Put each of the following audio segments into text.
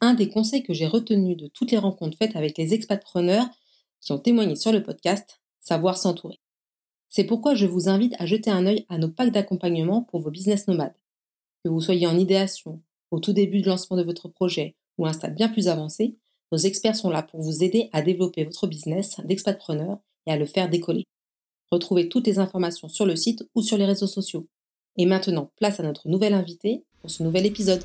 un des conseils que j'ai retenu de toutes les rencontres faites avec les expatpreneurs qui ont témoigné sur le podcast, savoir s'entourer. C'est pourquoi je vous invite à jeter un œil à nos packs d'accompagnement pour vos business nomades. Que vous soyez en idéation, au tout début de lancement de votre projet ou à un stade bien plus avancé, nos experts sont là pour vous aider à développer votre business d'expatpreneur et à le faire décoller. Retrouvez toutes les informations sur le site ou sur les réseaux sociaux. Et maintenant, place à notre nouvel invité pour ce nouvel épisode.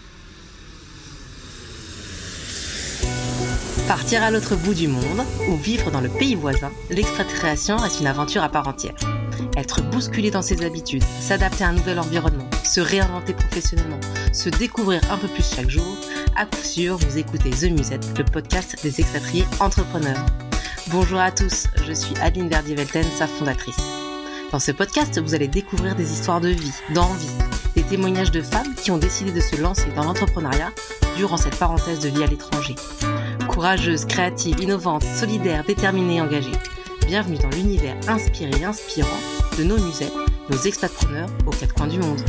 Partir à l'autre bout du monde ou vivre dans le pays voisin, l'expatriation reste une aventure à part entière. Être bousculé dans ses habitudes, s'adapter à un nouvel environnement, se réinventer professionnellement, se découvrir un peu plus chaque jour, à coup sûr, vous écoutez The Musette, le podcast des expatriés entrepreneurs. Bonjour à tous, je suis Adeline Verdier-Velten, sa fondatrice. Dans ce podcast, vous allez découvrir des histoires de vie, d'envie, des témoignages de femmes qui ont décidé de se lancer dans l'entrepreneuriat durant cette parenthèse de vie à l'étranger. Courageuse, créative, innovante, solidaire, déterminée et engagée. Bienvenue dans l'univers inspiré et inspirant de nos musettes, nos expatpreneurs aux quatre coins du monde.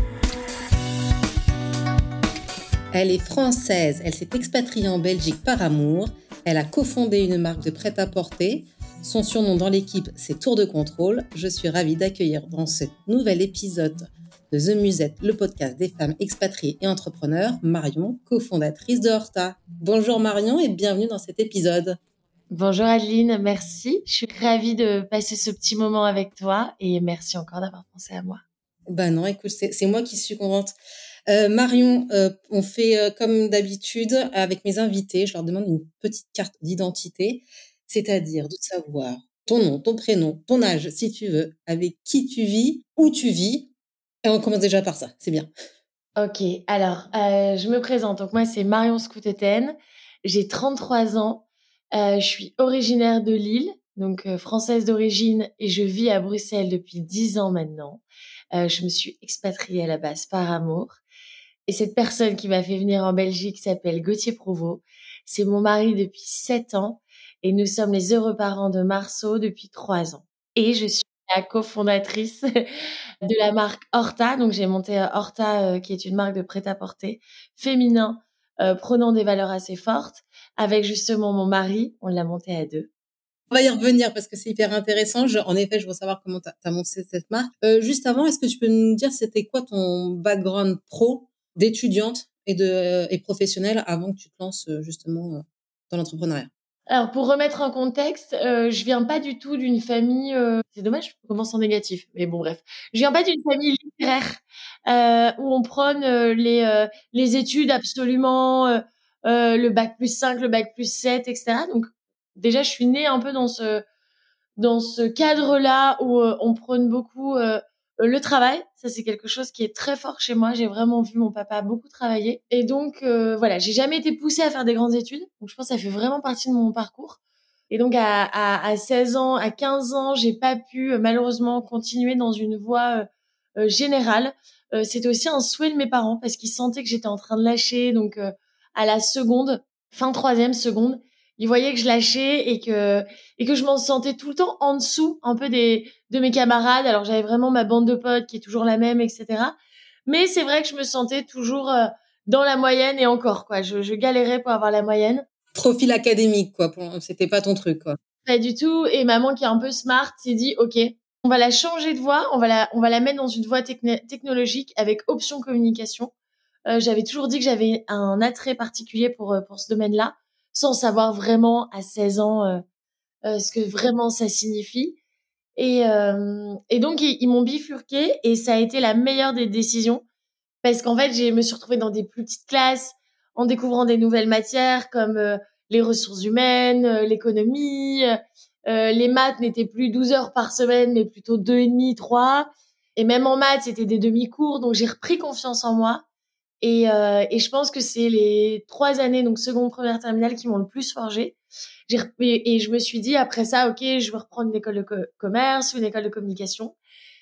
Elle est française, elle s'est expatriée en Belgique par amour, elle a cofondé une marque de prêt-à-porter. Son surnom dans l'équipe, c'est Tour de Contrôle. Je suis ravie d'accueillir dans ce nouvel épisode de The Musette, le podcast des femmes expatriées et entrepreneurs, Marion, cofondatrice de Horta. Bonjour Marion et bienvenue dans cet épisode. Bonjour Adeline, merci. Je suis ravie de passer ce petit moment avec toi et merci encore d'avoir pensé à moi. Non, écoute, c'est moi qui suis contente. Marion, on fait comme d'habitude avec mes invités, je leur demande une petite carte d'identité, c'est-à-dire de savoir ton nom, ton prénom, ton âge, si tu veux, avec qui tu vis, où tu vis. Et on commence déjà par ça, c'est bien. Ok, alors je me présente. Donc moi c'est Marion Scouteten, j'ai 33 ans, je suis originaire de Lille, donc française d'origine et je vis à Bruxelles depuis 10 ans maintenant. Je me suis expatriée à la base par amour. Et cette personne qui m'a fait venir en Belgique s'appelle Gauthier Prouveau. C'est mon mari depuis 7 ans et nous sommes les heureux parents de Marceau depuis 3 ans. Et je suis la cofondatrice de la marque Horta. Donc, j'ai monté Horta, qui est une marque de prêt-à-porter féminin, prenant des valeurs assez fortes. Avec justement mon mari, on l'a monté à 2. On va y revenir parce que c'est hyper intéressant. En effet, je veux savoir comment tu as monté cette marque. Juste avant, est-ce que tu peux nous dire c'était quoi ton background pro d'étudiante et professionnelle avant que tu te lances justement dans l'entrepreneuriat? Alors pour remettre en contexte, je viens pas du tout d'une famille, c'est dommage, je commence en négatif, mais bon bref. Je viens pas d'une famille littéraire, où on prône, les études absolument, le bac+5, le bac+7 et cetera. Donc déjà, je suis née un peu dans ce cadre-là où on prône beaucoup le travail. Ça, c'est quelque chose qui est très fort chez moi. J'ai vraiment vu mon papa beaucoup travailler. Et donc, voilà, j'ai jamais été poussée à faire des grandes études. Donc, je pense que ça fait vraiment partie de mon parcours. Et donc, à 16 ans, à 15 ans, j'ai pas pu malheureusement continuer dans une voie générale. C'était aussi un souhait de mes parents parce qu'ils sentaient que j'étais en train de lâcher. Donc, à la seconde, fin troisième seconde, ils voyaient que je lâchais et que je m'en sentais tout le temps en dessous un peu de mes camarades. Alors j'avais vraiment ma bande de potes qui est toujours la même, etc. Mais c'est vrai que je me sentais toujours dans la moyenne et encore quoi. Je galérais pour avoir la moyenne. Profil académique, quoi. C'était pas ton truc, quoi. Pas du tout. Et maman qui est un peu smart s'est dit ok, on va la changer de voie, on va la mettre dans une voie technologique avec option communication. J'avais toujours dit que j'avais un attrait particulier pour ce domaine-là, sans savoir vraiment à 16 ans ce que vraiment ça signifie. Et donc ils m'ont bifurquée et ça a été la meilleure des décisions parce qu'en fait, je me suis retrouvée dans des plus petites classes en découvrant des nouvelles matières comme les ressources humaines, l'économie, les maths n'étaient plus 12 heures par semaine mais plutôt 2,5, 3. Et même en maths, c'était des demi-cours, donc j'ai repris confiance en moi. Et je pense que c'est les 3 années, donc seconde, première, terminale, qui m'ont le plus forgée. Et je me suis dit, après ça, ok, je vais reprendre une école de commerce ou une école de communication.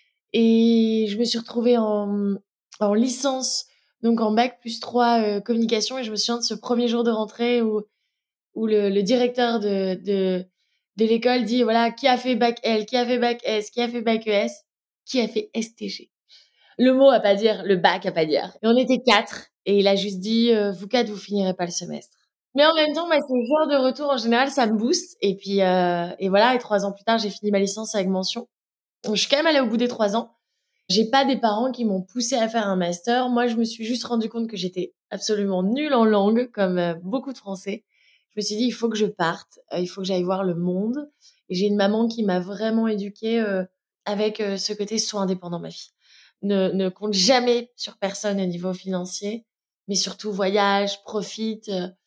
Et je me suis retrouvée en licence, donc en bac+3 communication. Et je me souviens de ce premier jour de rentrée où le directeur de l'école dit, voilà, qui a fait bac L, qui a fait bac S, qui a fait bac ES, qui a fait STG. Le mot à pas dire, le bac à pas dire. Et on était 4. Et il a juste dit, vous 4, vous finirez pas le semestre. Mais en même temps, moi, ce genre de retour, en général, ça me booste. Et puis, et voilà. Et 3 ans plus tard, j'ai fini ma licence avec mention. Donc, je suis quand même allée au bout des 3 ans. J'ai pas des parents qui m'ont poussée à faire un master. Moi, je me suis juste rendu compte que j'étais absolument nulle en langue, comme beaucoup de Français. Je me suis dit, il faut que je parte. Il faut que j'aille voir le monde. Et j'ai une maman qui m'a vraiment éduquée avec ce côté sois indépendant, ma fille. Ne compte jamais sur personne au niveau financier, mais surtout voyage, profite.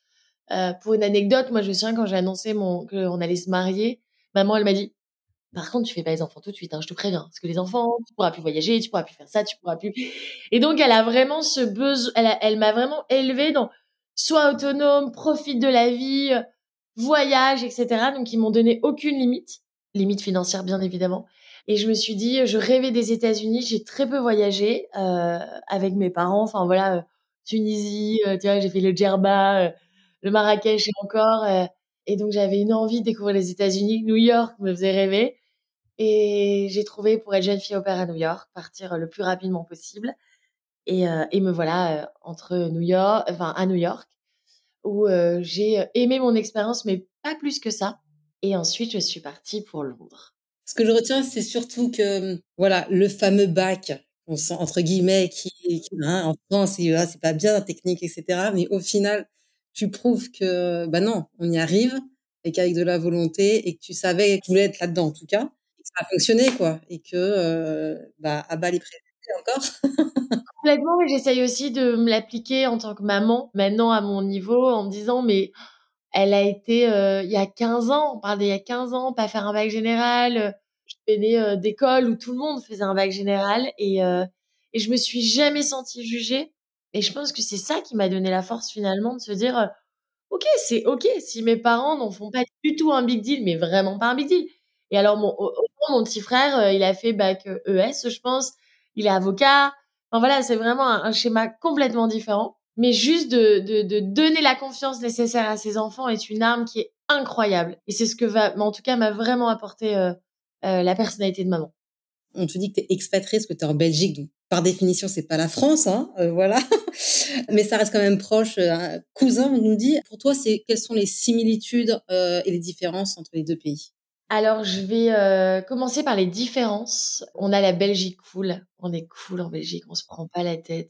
Pour une anecdote, moi, je me souviens quand j'ai annoncé qu'on allait se marier, maman, elle m'a dit: «Par contre, tu fais pas les enfants tout de suite, hein, je te préviens. Parce que les enfants, tu pourras plus voyager, tu pourras plus faire ça, tu pourras plus». Et donc, elle a vraiment ce elle m'a vraiment élevée dans sois autonome, profite de la vie, voyage, et cetera. Donc, ils m'ont donné aucune limite financière, bien évidemment. Et je me suis dit, je rêvais des États-Unis. J'ai très peu voyagé avec mes parents. Enfin voilà, Tunisie, tu vois, j'ai fait le Djerba, le Marrakech et encore. Et donc j'avais une envie de découvrir les États-Unis. New York me faisait rêver. Et j'ai trouvé pour être jeune fille au pair à New York, partir le plus rapidement possible. Et me voilà entre New York, enfin à New York, où j'ai aimé mon expérience, mais pas plus que ça. Et ensuite, je suis partie pour Londres. Ce que je retiens, c'est surtout que, voilà, le fameux bac, on sent entre guillemets qui hein, en France, c'est pas bien technique et cetera, mais au final, tu prouves que, bah, non, on y arrive et qu'avec de la volonté et que tu savais que tu voulais être là-dedans, en tout cas, et que ça a fonctionné, quoi et que, bah, à bas les préjugés encore. Complètement, mais j'essaye aussi de me l'appliquer en tant que maman, maintenant à mon niveau, en me disant: «Mais elle a été, il y a 15 ans, on parle d'il y a 15 ans, pas faire un bac général, je venais, d'écoles où tout le monde faisait un bac général et je me suis jamais sentie jugée et je pense que c'est ça qui m'a donné la force finalement de se dire, OK, c'est OK si mes parents n'en font pas du tout un big deal, mais vraiment pas un big deal. Et alors autant mon petit frère, il a fait bac, ES, je pense, il est avocat. Enfin voilà, c'est vraiment un schéma complètement différent. Mais juste de donner la confiance nécessaire à ses enfants est une arme qui est incroyable. Et c'est ce que va mais en tout cas, m'a vraiment apporté, la personnalité de maman. On te dit que tu es expatriée parce que tu es en Belgique, donc par définition, c'est pas la France, hein, voilà. Mais ça reste quand même proche, un cousin, on nous dit. Pour toi, c'est quelles sont les similitudes, et les différences entre les 2 pays? Alors je vais, commencer par les différences. On a la Belgique cool, on est cool en Belgique, on se prend pas la tête,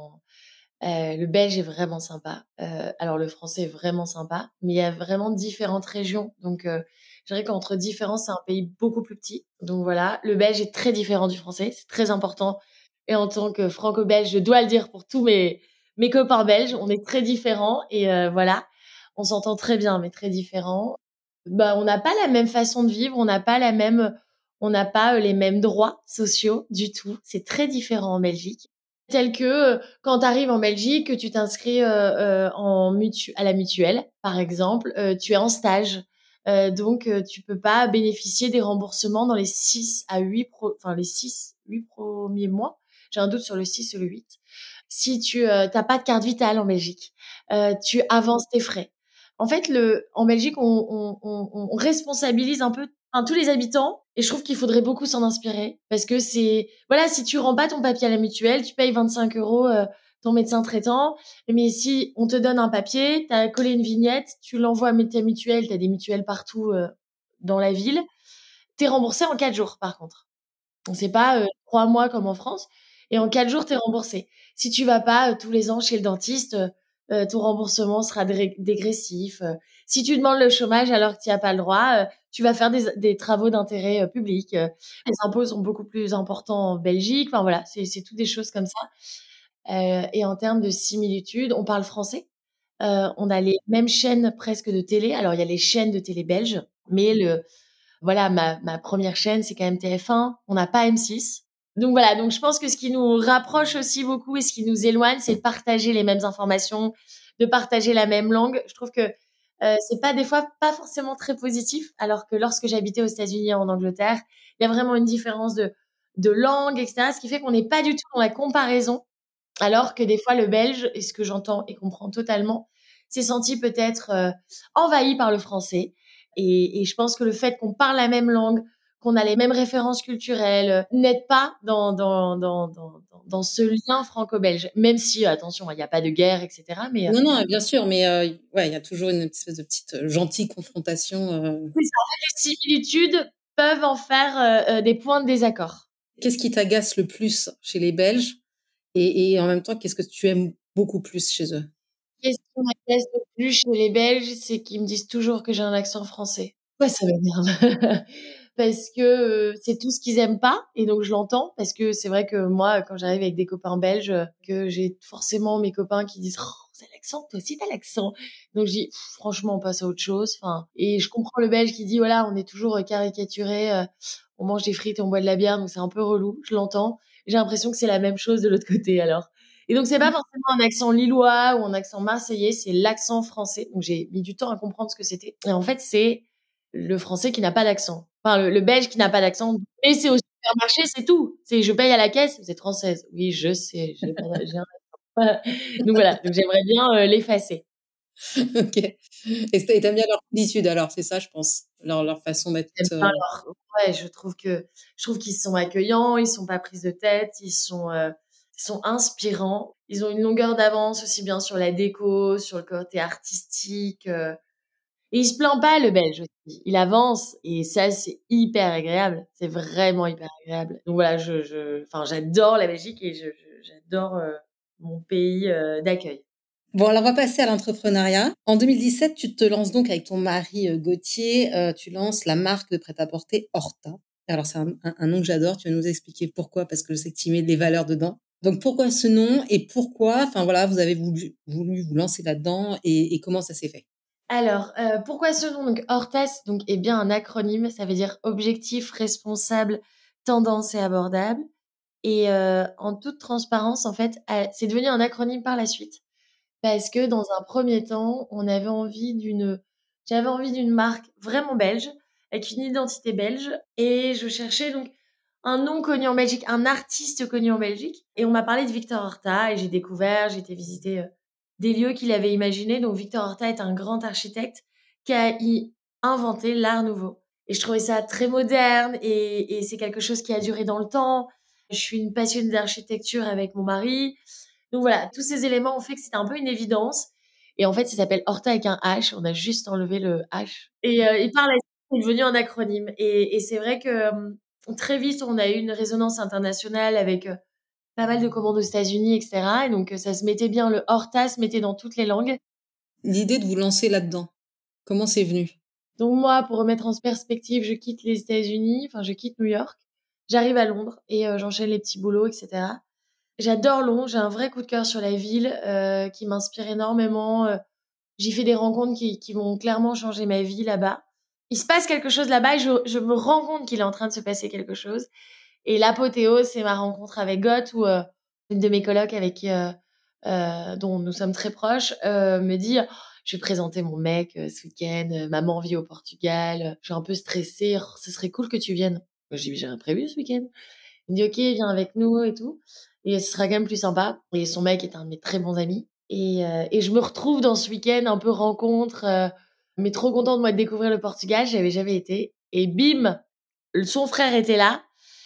le belge est vraiment sympa, alors le français est vraiment sympa, mais il y a vraiment différentes régions donc je dirais qu'entre différences, c'est un pays beaucoup plus petit donc voilà. Le belge est très différent du français, c'est très important et en tant que franco-belge, je dois le dire pour tous mes copains belges, on est très différents et voilà. On s'entend très bien mais très différents. Bah, on n'a pas la même façon de vivre, on n'a pas, les mêmes droits sociaux du tout. C'est très différent en Belgique. Tel que, quand tu arrives en Belgique, que tu t'inscris, à la mutuelle, par exemple, tu es en stage, donc tu peux pas bénéficier des remboursements dans les 6 à 8 enfin les 6-8 premiers mois. J'ai un doute sur le 6 ou le 8. Si tu pas de carte vitale en Belgique, tu avances tes frais. En fait, en Belgique, on responsabilise un peu, enfin, tous les habitants et je trouve qu'il faudrait beaucoup s'en inspirer parce que c'est voilà, si tu rends pas ton papier à la mutuelle, tu payes 25 € ton médecin traitant. Mais si on te donne un papier, tu as collé une vignette, tu l'envoies à ta mutuelle, tu as des mutuelles partout, dans la ville, tu es remboursé en 4 jours par contre. Donc c'est pas, 3 mois comme en France et en 4 jours, tu es remboursé. Si tu vas pas, tous les ans chez le dentiste, ton remboursement sera dégressif. Si tu demandes le chômage alors que tu y as pas le droit, tu vas faire des travaux d'intérêt, public. Les impôts sont beaucoup plus importants en Belgique. Enfin voilà, c'est toutes des choses comme ça. Et en termes de similitudes, on parle français. On a les mêmes chaînes presque de télé. Alors il y a les chaînes de télé belges, mais voilà, ma première chaîne, c'est quand même TF1. On n'a pas M6. Donc voilà, donc je pense que ce qui nous rapproche aussi beaucoup et ce qui nous éloigne, c'est de partager les mêmes informations, de partager la même langue. Je trouve que c'est pas des fois pas forcément très positif, alors que lorsque j'habitais aux États-Unis et en Angleterre, il y a vraiment une différence de langue, etc. Ce qui fait qu'on n'est pas du tout dans la comparaison, alors que des fois le belge, et ce que j'entends et comprends totalement, s'est senti peut-être envahi par le français. Et je pense que le fait qu'on parle la même langue, qu'on a les mêmes références culturelles, n'aide pas dans ce lien franco-belge. Même si, attention, il n'y a pas de guerre, etc. Mais Non, non, bien sûr, mais ouais, il y a toujours une espèce de petite, gentille confrontation, oui, ça, en fait, les similitudes peuvent en faire des points de désaccord. Qu'est-ce qui t'agace le plus chez les Belges? Et en même temps, qu'est-ce que tu aimes beaucoup plus chez eux? Qu'est-ce qui m'agace le plus chez les Belges, c'est qu'ils me disent toujours que j'ai un accent français. Ouais, ça m'énerve. Parce que, c'est tout ce qu'ils aiment pas et donc je l'entends parce que c'est vrai que moi, quand j'arrive avec des copains belges, que j'ai forcément mes copains qui disent: «Oh, c'est l'accent, toi aussi tu as l'accent». Donc je dis: «Franchement, on passe à autre chose». Enfin et je comprends le belge qui dit: «Voilà, on est toujours, caricaturé, on mange des frites et on boit de la bière, donc c'est un peu relou». Je l'entends. J'ai l'impression que c'est la même chose de l'autre côté alors. Et donc c'est pas forcément un accent lillois ou un accent marseillais, c'est l'accent français. Donc j'ai mis du temps à comprendre ce que c'était. Et en fait, c'est le français qui n'a pas d'accent. Enfin, le belge qui n'a pas d'accent. Mais c'est au supermarché, c'est tout. C'est je paye à la caisse, vous êtes française. Oui, je sais, j'ai pas d'a j'ai un donc voilà, donc j'aimerais bien, l'effacer. OK. Et tu aimes bien leur attitude alors, c'est ça, je pense? Leur façon d'être, J'aime bien leur ouais, je trouve qu'ils sont accueillants, ils sont pas prises de tête, ils sont inspirants. Ils ont une longueur d'avance aussi bien sur la déco, sur le côté artistique, et il se plaint pas le belge aussi. Il avance et ça, c'est hyper agréable. C'est vraiment hyper agréable. Donc voilà, enfin, j'adore la Belgique et j'adore, mon pays, d'accueil. Bon, alors on va passer à l'entrepreneuriat. En 2017, tu te lances donc avec ton mari, Gauthier, tu lances la marque de prêt-à-porter Horta. Alors c'est un nom que j'adore, tu vas nous expliquer pourquoi? Parce que je sais que tu y mets des valeurs dedans. Donc pourquoi ce nom et pourquoi, enfin voilà, vous avez voulu vous lancer là-dedans et comment ça s'est fait? Alors, pourquoi ce nom? Donc Hortas donc est bien un acronyme, ça veut dire objectif, responsable, tendance et abordable et en toute transparence, en fait, c'est devenu un acronyme par la suite. Parce que dans un premier temps, j'avais envie d'une marque vraiment belge, avec une identité belge et je cherchais donc un nom connu en Belgique, un artiste connu en Belgique et on m'a parlé de Victor Horta et j'ai été visiter, des lieux qu'il avait imaginés. Donc Victor Horta est un grand architecte qui a inventé l'art nouveau et je trouvais ça très moderne et c'est quelque chose qui a duré dans le temps. Je suis une passionnée d'architecture avec mon mari donc voilà, tous ces éléments ont fait que c'était un peu une évidence. Et en fait, ça s'appelle Horta avec un H. On a juste enlevé le H. Et par la suite, c'est devenu un acronyme. Et c'est vrai que très vite, on a eu une résonance internationale avec pas mal de commandes aux États-Unis, etc. Et donc, ça se mettait bien. Le Horta se mettait dans toutes les langues. L'idée de vous lancer là-dedans, comment c'est venu? Donc moi, pour remettre en perspective, je quitte les États-Unis, enfin je quitte New York, j'arrive à Londres et j'enchaîne les petits boulots, etc. J'adore Londres, j'ai un vrai coup de cœur sur la ville, qui m'inspire énormément, j'y fais des rencontres qui vont clairement changer ma vie là-bas. Il se passe quelque chose là-bas et je me rends compte qu'il est en train de se passer quelque chose et l'apothéose, c'est ma rencontre avec Got où, une de mes colocs avec qui, dont nous sommes très proches, me dit: «Oh, je vais présenter mon mec, ce week-end, maman vit au Portugal, je suis un peu stressée, oh, ce serait cool que tu viennes». Moi, je dis: «Mais j'ai rien prévu ce week-end». Il me dit: «OK, viens avec nous et tout et ce sera quand même plus sympa» et son mec est un de mes très bons amis et je me retrouve dans ce week-end un peu rencontre, mais trop contente moi de découvrir le Portugal, j'y avais jamais été et bim! Son frère était là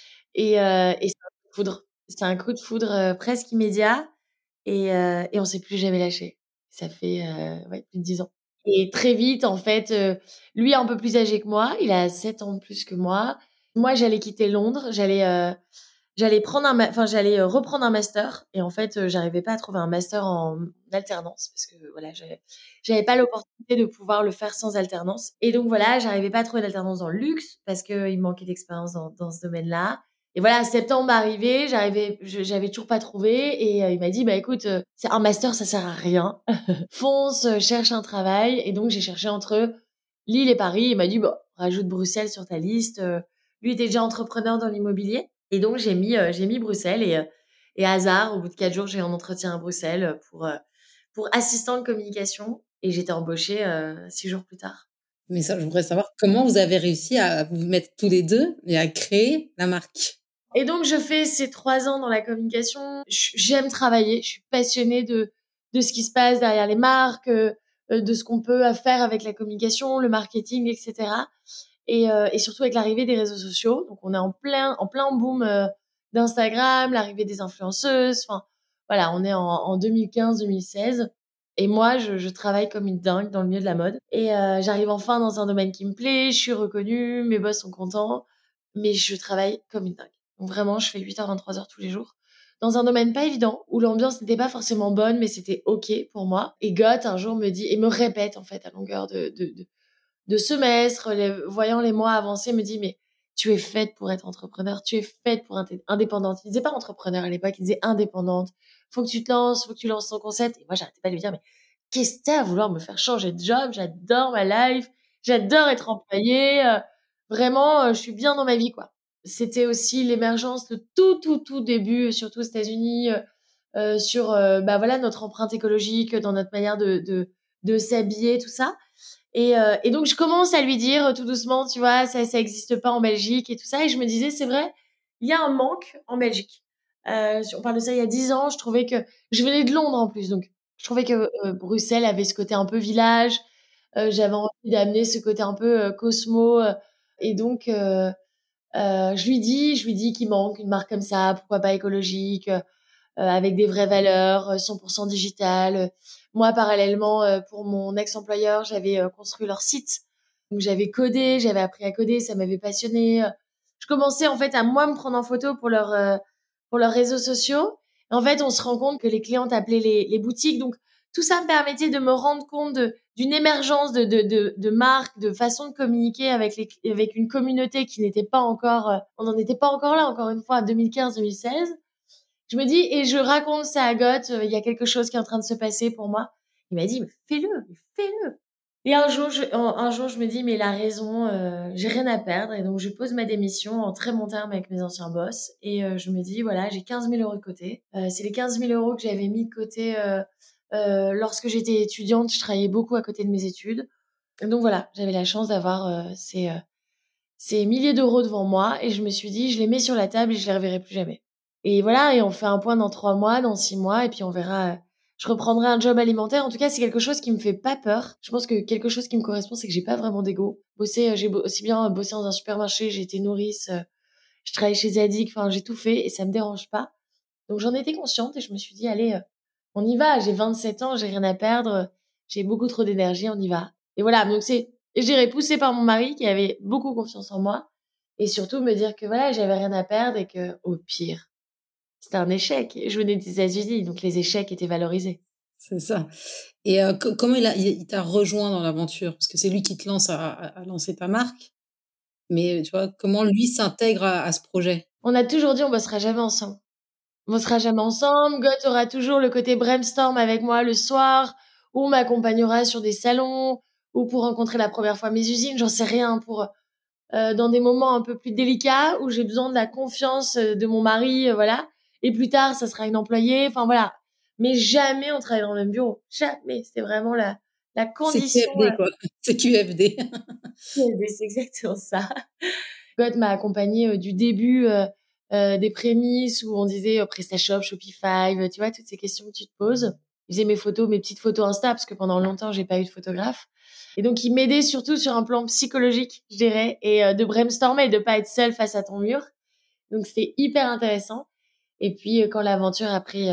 et c'est un coup de foudre. C'est un coup de foudre, presque immédiat et on s'est plus jamais lâchés. Ça fait, ouais, plus de 10 ans et très vite, en fait, lui est un peu plus âgé que moi, il a 7 ans de plus que moi. Moi, j'allais quitter Londres, j'allais prendre j'allais, reprendre un master et en fait, j'arrivais pas à trouver un master en alternance parce que voilà, j'avais pas l'opportunité de pouvoir le faire sans alternance et donc voilà, j'arrivais pas à trouver d'alternance dans le luxe parce qu'il me manquait d'expérience dans ce domaine-là et voilà, septembre arrivait, j'avais toujours pas trouvé et il m'a dit: «Bah écoute, c'est un master, ça sert à rien. Fonce, cherche un travail» et donc j'ai cherché entre Lille et Paris. Il m'a dit: «Bah, rajoute Bruxelles sur ta liste», lui était déjà entrepreneur dans l'immobilier et donc j'ai mis Bruxelles et hasard, au bout de 4 jours, j'ai eu un entretien à Bruxelles, pour assistant de communication et j'étais embauchée, 6 jours plus tard. Mais ça, je voudrais savoir comment vous avez réussi à vous mettre tous les 2 et à créer la marque? Et donc je fais ces 3 ans dans la communication. J'aime travailler, je suis passionnée de ce qui se passe derrière les marques, de ce qu'on peut faire avec la communication, le marketing et cetera et surtout avec l'arrivée des réseaux sociaux. Donc, on est en plein boom d'Instagram, l'arrivée des influenceuses. Enfin, voilà, on est en 2015-2016. Et moi, je travaille comme une dingue dans le milieu de la mode. Et j'arrive enfin dans un domaine qui me plaît, je suis reconnue, mes boss sont contents, mais je travaille comme une dingue. Donc vraiment, je fais 8h, 23h tous les jours. Dans un domaine pas évident, où l'ambiance n'était pas forcément bonne, mais c'était OK pour moi. Et Goth, un jour, me dit, et me répète, en fait, à longueur de semestre, voyant les mois avancer, me dit, mais tu es faite pour être entrepreneur, tu es faite pour être indépendante. Il disait pas entrepreneur à l'époque, il disait indépendante. Faut que tu te lances, faut que tu lances ton concept. Et moi, j'arrêtais pas de lui dire, mais qu'est-ce que t'as à vouloir me faire changer de job? J'adore ma life, j'adore être employée. Vraiment, je suis bien dans ma vie, quoi. C'était aussi l'émergence de tout début, surtout aux États-Unis, sur bah voilà notre empreinte écologique dans notre manière de s'habiller, tout ça. Et donc je commence à lui dire tout doucement, tu vois, ça existe pas en Belgique et tout ça. Et je me disais, c'est vrai, il y a un manque en Belgique. On parle de ça il y a 10 ans. Je trouvais que je venais de Londres en plus, donc je trouvais que Bruxelles avait ce côté un peu village. J'avais envie d'amener ce côté un peu cosmo. Et donc je lui dis qu'il manque une marque comme ça, pourquoi pas écologique, avec des vraies valeurs, 100% digital. Moi, parallèlement, pour mon ex-employeur, j'avais construit leur site. Donc, j'avais codé, j'avais appris à coder, ça m'avait passionné. Je commençais en fait à moi me prendre en photo pour leurs réseaux sociaux. Et en fait, on se rend compte que les clientes appelaient les boutiques. Donc, tout ça me permettait de me rendre compte d'une émergence de marques, de façon de communiquer avec une communauté qui n'était pas encore, on n'en était pas encore là, encore une fois, en 2015-2016. Je me dis, et je raconte ça à Goth, il y a quelque chose qui est en train de se passer pour moi. Il m'a dit, mais fais-le. Et un jour, je me dis, mais il a raison, j'ai rien à perdre. Et donc, je pose ma démission en très bon terme avec mes anciens boss. Et je me dis, voilà, j'ai 15 000 euros de côté. C'est les 15 000 euros que j'avais mis de côté lorsque j'étais étudiante. Je travaillais beaucoup à côté de mes études. Et donc, voilà, j'avais la chance d'avoir ces milliers d'euros devant moi. Et je me suis dit, je les mets sur la table et je les reverrai plus jamais. Et voilà, et on fait un point dans 3 mois, dans 6 mois, et puis on verra. Je reprendrai un job alimentaire. En tout cas, c'est quelque chose qui me fait pas peur. Je pense que quelque chose qui me correspond, c'est que j'ai pas vraiment d'ego. Aussi bien bossé dans un supermarché, j'ai été nourrice, je travaillais chez Zadig, enfin, j'ai tout fait et ça me dérange pas. Donc j'en étais consciente et je me suis dit, allez, on y va. J'ai 27 ans, j'ai rien à perdre, j'ai beaucoup trop d'énergie, on y va. Et voilà, donc je dirais, poussée par mon mari qui avait beaucoup confiance en moi et surtout me dire que voilà, j'avais rien à perdre et que au pire, c'était un échec. Je venais des États-Unis, donc les échecs étaient valorisés. C'est ça. Et comment il t'a rejoint dans l'aventure? Parce que c'est lui qui te lance à lancer ta marque, mais tu vois, comment lui s'intègre à ce projet? On a toujours dit: «On bossera jamais ensemble. On bossera jamais ensemble». Goth aura toujours le côté brainstorm avec moi le soir, ou m'accompagnera sur des salons, ou pour rencontrer la première fois mes usines, j'en sais rien, pour, dans des moments un peu plus délicats où j'ai besoin de la confiance, de mon mari, voilà. Et plus tard, ça sera une employée, enfin voilà. Mais jamais on travaille dans le même bureau, jamais. C'était vraiment la C'est condition, QFD quoi, c'est QFD. c'est exactement ça. God m'a accompagnée du début, des prémices où on disait PrestaShop, Shopify, tu vois, toutes ces questions que tu te poses. Il faisait mes photos, mes petites photos Insta, parce que pendant longtemps, j'ai pas eu de photographe. Et donc, il m'aidait surtout sur un plan psychologique, je dirais, et de brainstormer et de pas être seule face à ton mur. Donc, c'était hyper intéressant. Et puis, quand l'aventure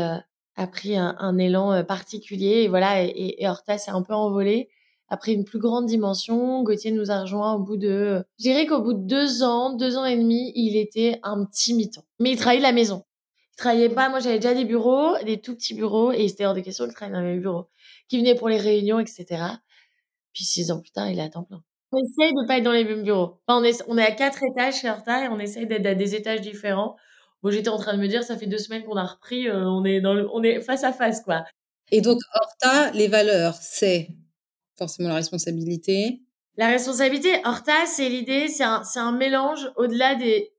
a pris un élan particulier, et voilà, et Horta s'est un peu envolé. Après une plus grande dimension, Gauthier nous a rejoints au bout de, je dirais qu'au bout de 2 ans et demi, il était un petit mi-temps. Mais il travaillait de la maison. Il travaillait pas, moi j'avais déjà des bureaux, des tout petits bureaux, et c'était hors de question qu'il travaille dans les bureaux. Qui venait pour les réunions, etc. Puis 6 ans plus tard, il est à temps plein. On essaye de pas être dans les mêmes bureaux. Enfin, on est à 4 étages chez Horta et on essaye d'être à des étages différents. Bon, j'étais en train de me dire, ça fait 2 semaines qu'on a repris, on est face à face, quoi. Et donc Horta, les valeurs, c'est forcément la responsabilité. La responsabilité, Horta, c'est l'idée, c'est un mélange au-delà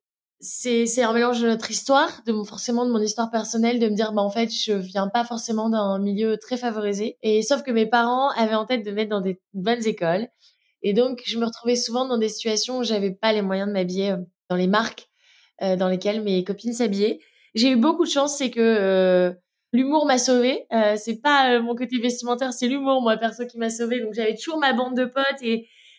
c'est un mélange de notre histoire, forcément de mon histoire personnelle, de me dire, bah, en fait, je viens pas forcément d'un milieu très favorisé. Et sauf que mes parents avaient en tête de me mettre dans des bonnes écoles. Et donc, je me retrouvais souvent dans des situations où j'avais pas les moyens de m'habiller dans les marques dans lesquelles mes copines s'habillaient. J'ai eu beaucoup de chance, c'est que l'humour m'a sauvée. C'est pas mon côté vestimentaire, c'est l'humour, moi, perso, qui m'a sauvée. Donc, j'avais toujours ma bande de potes et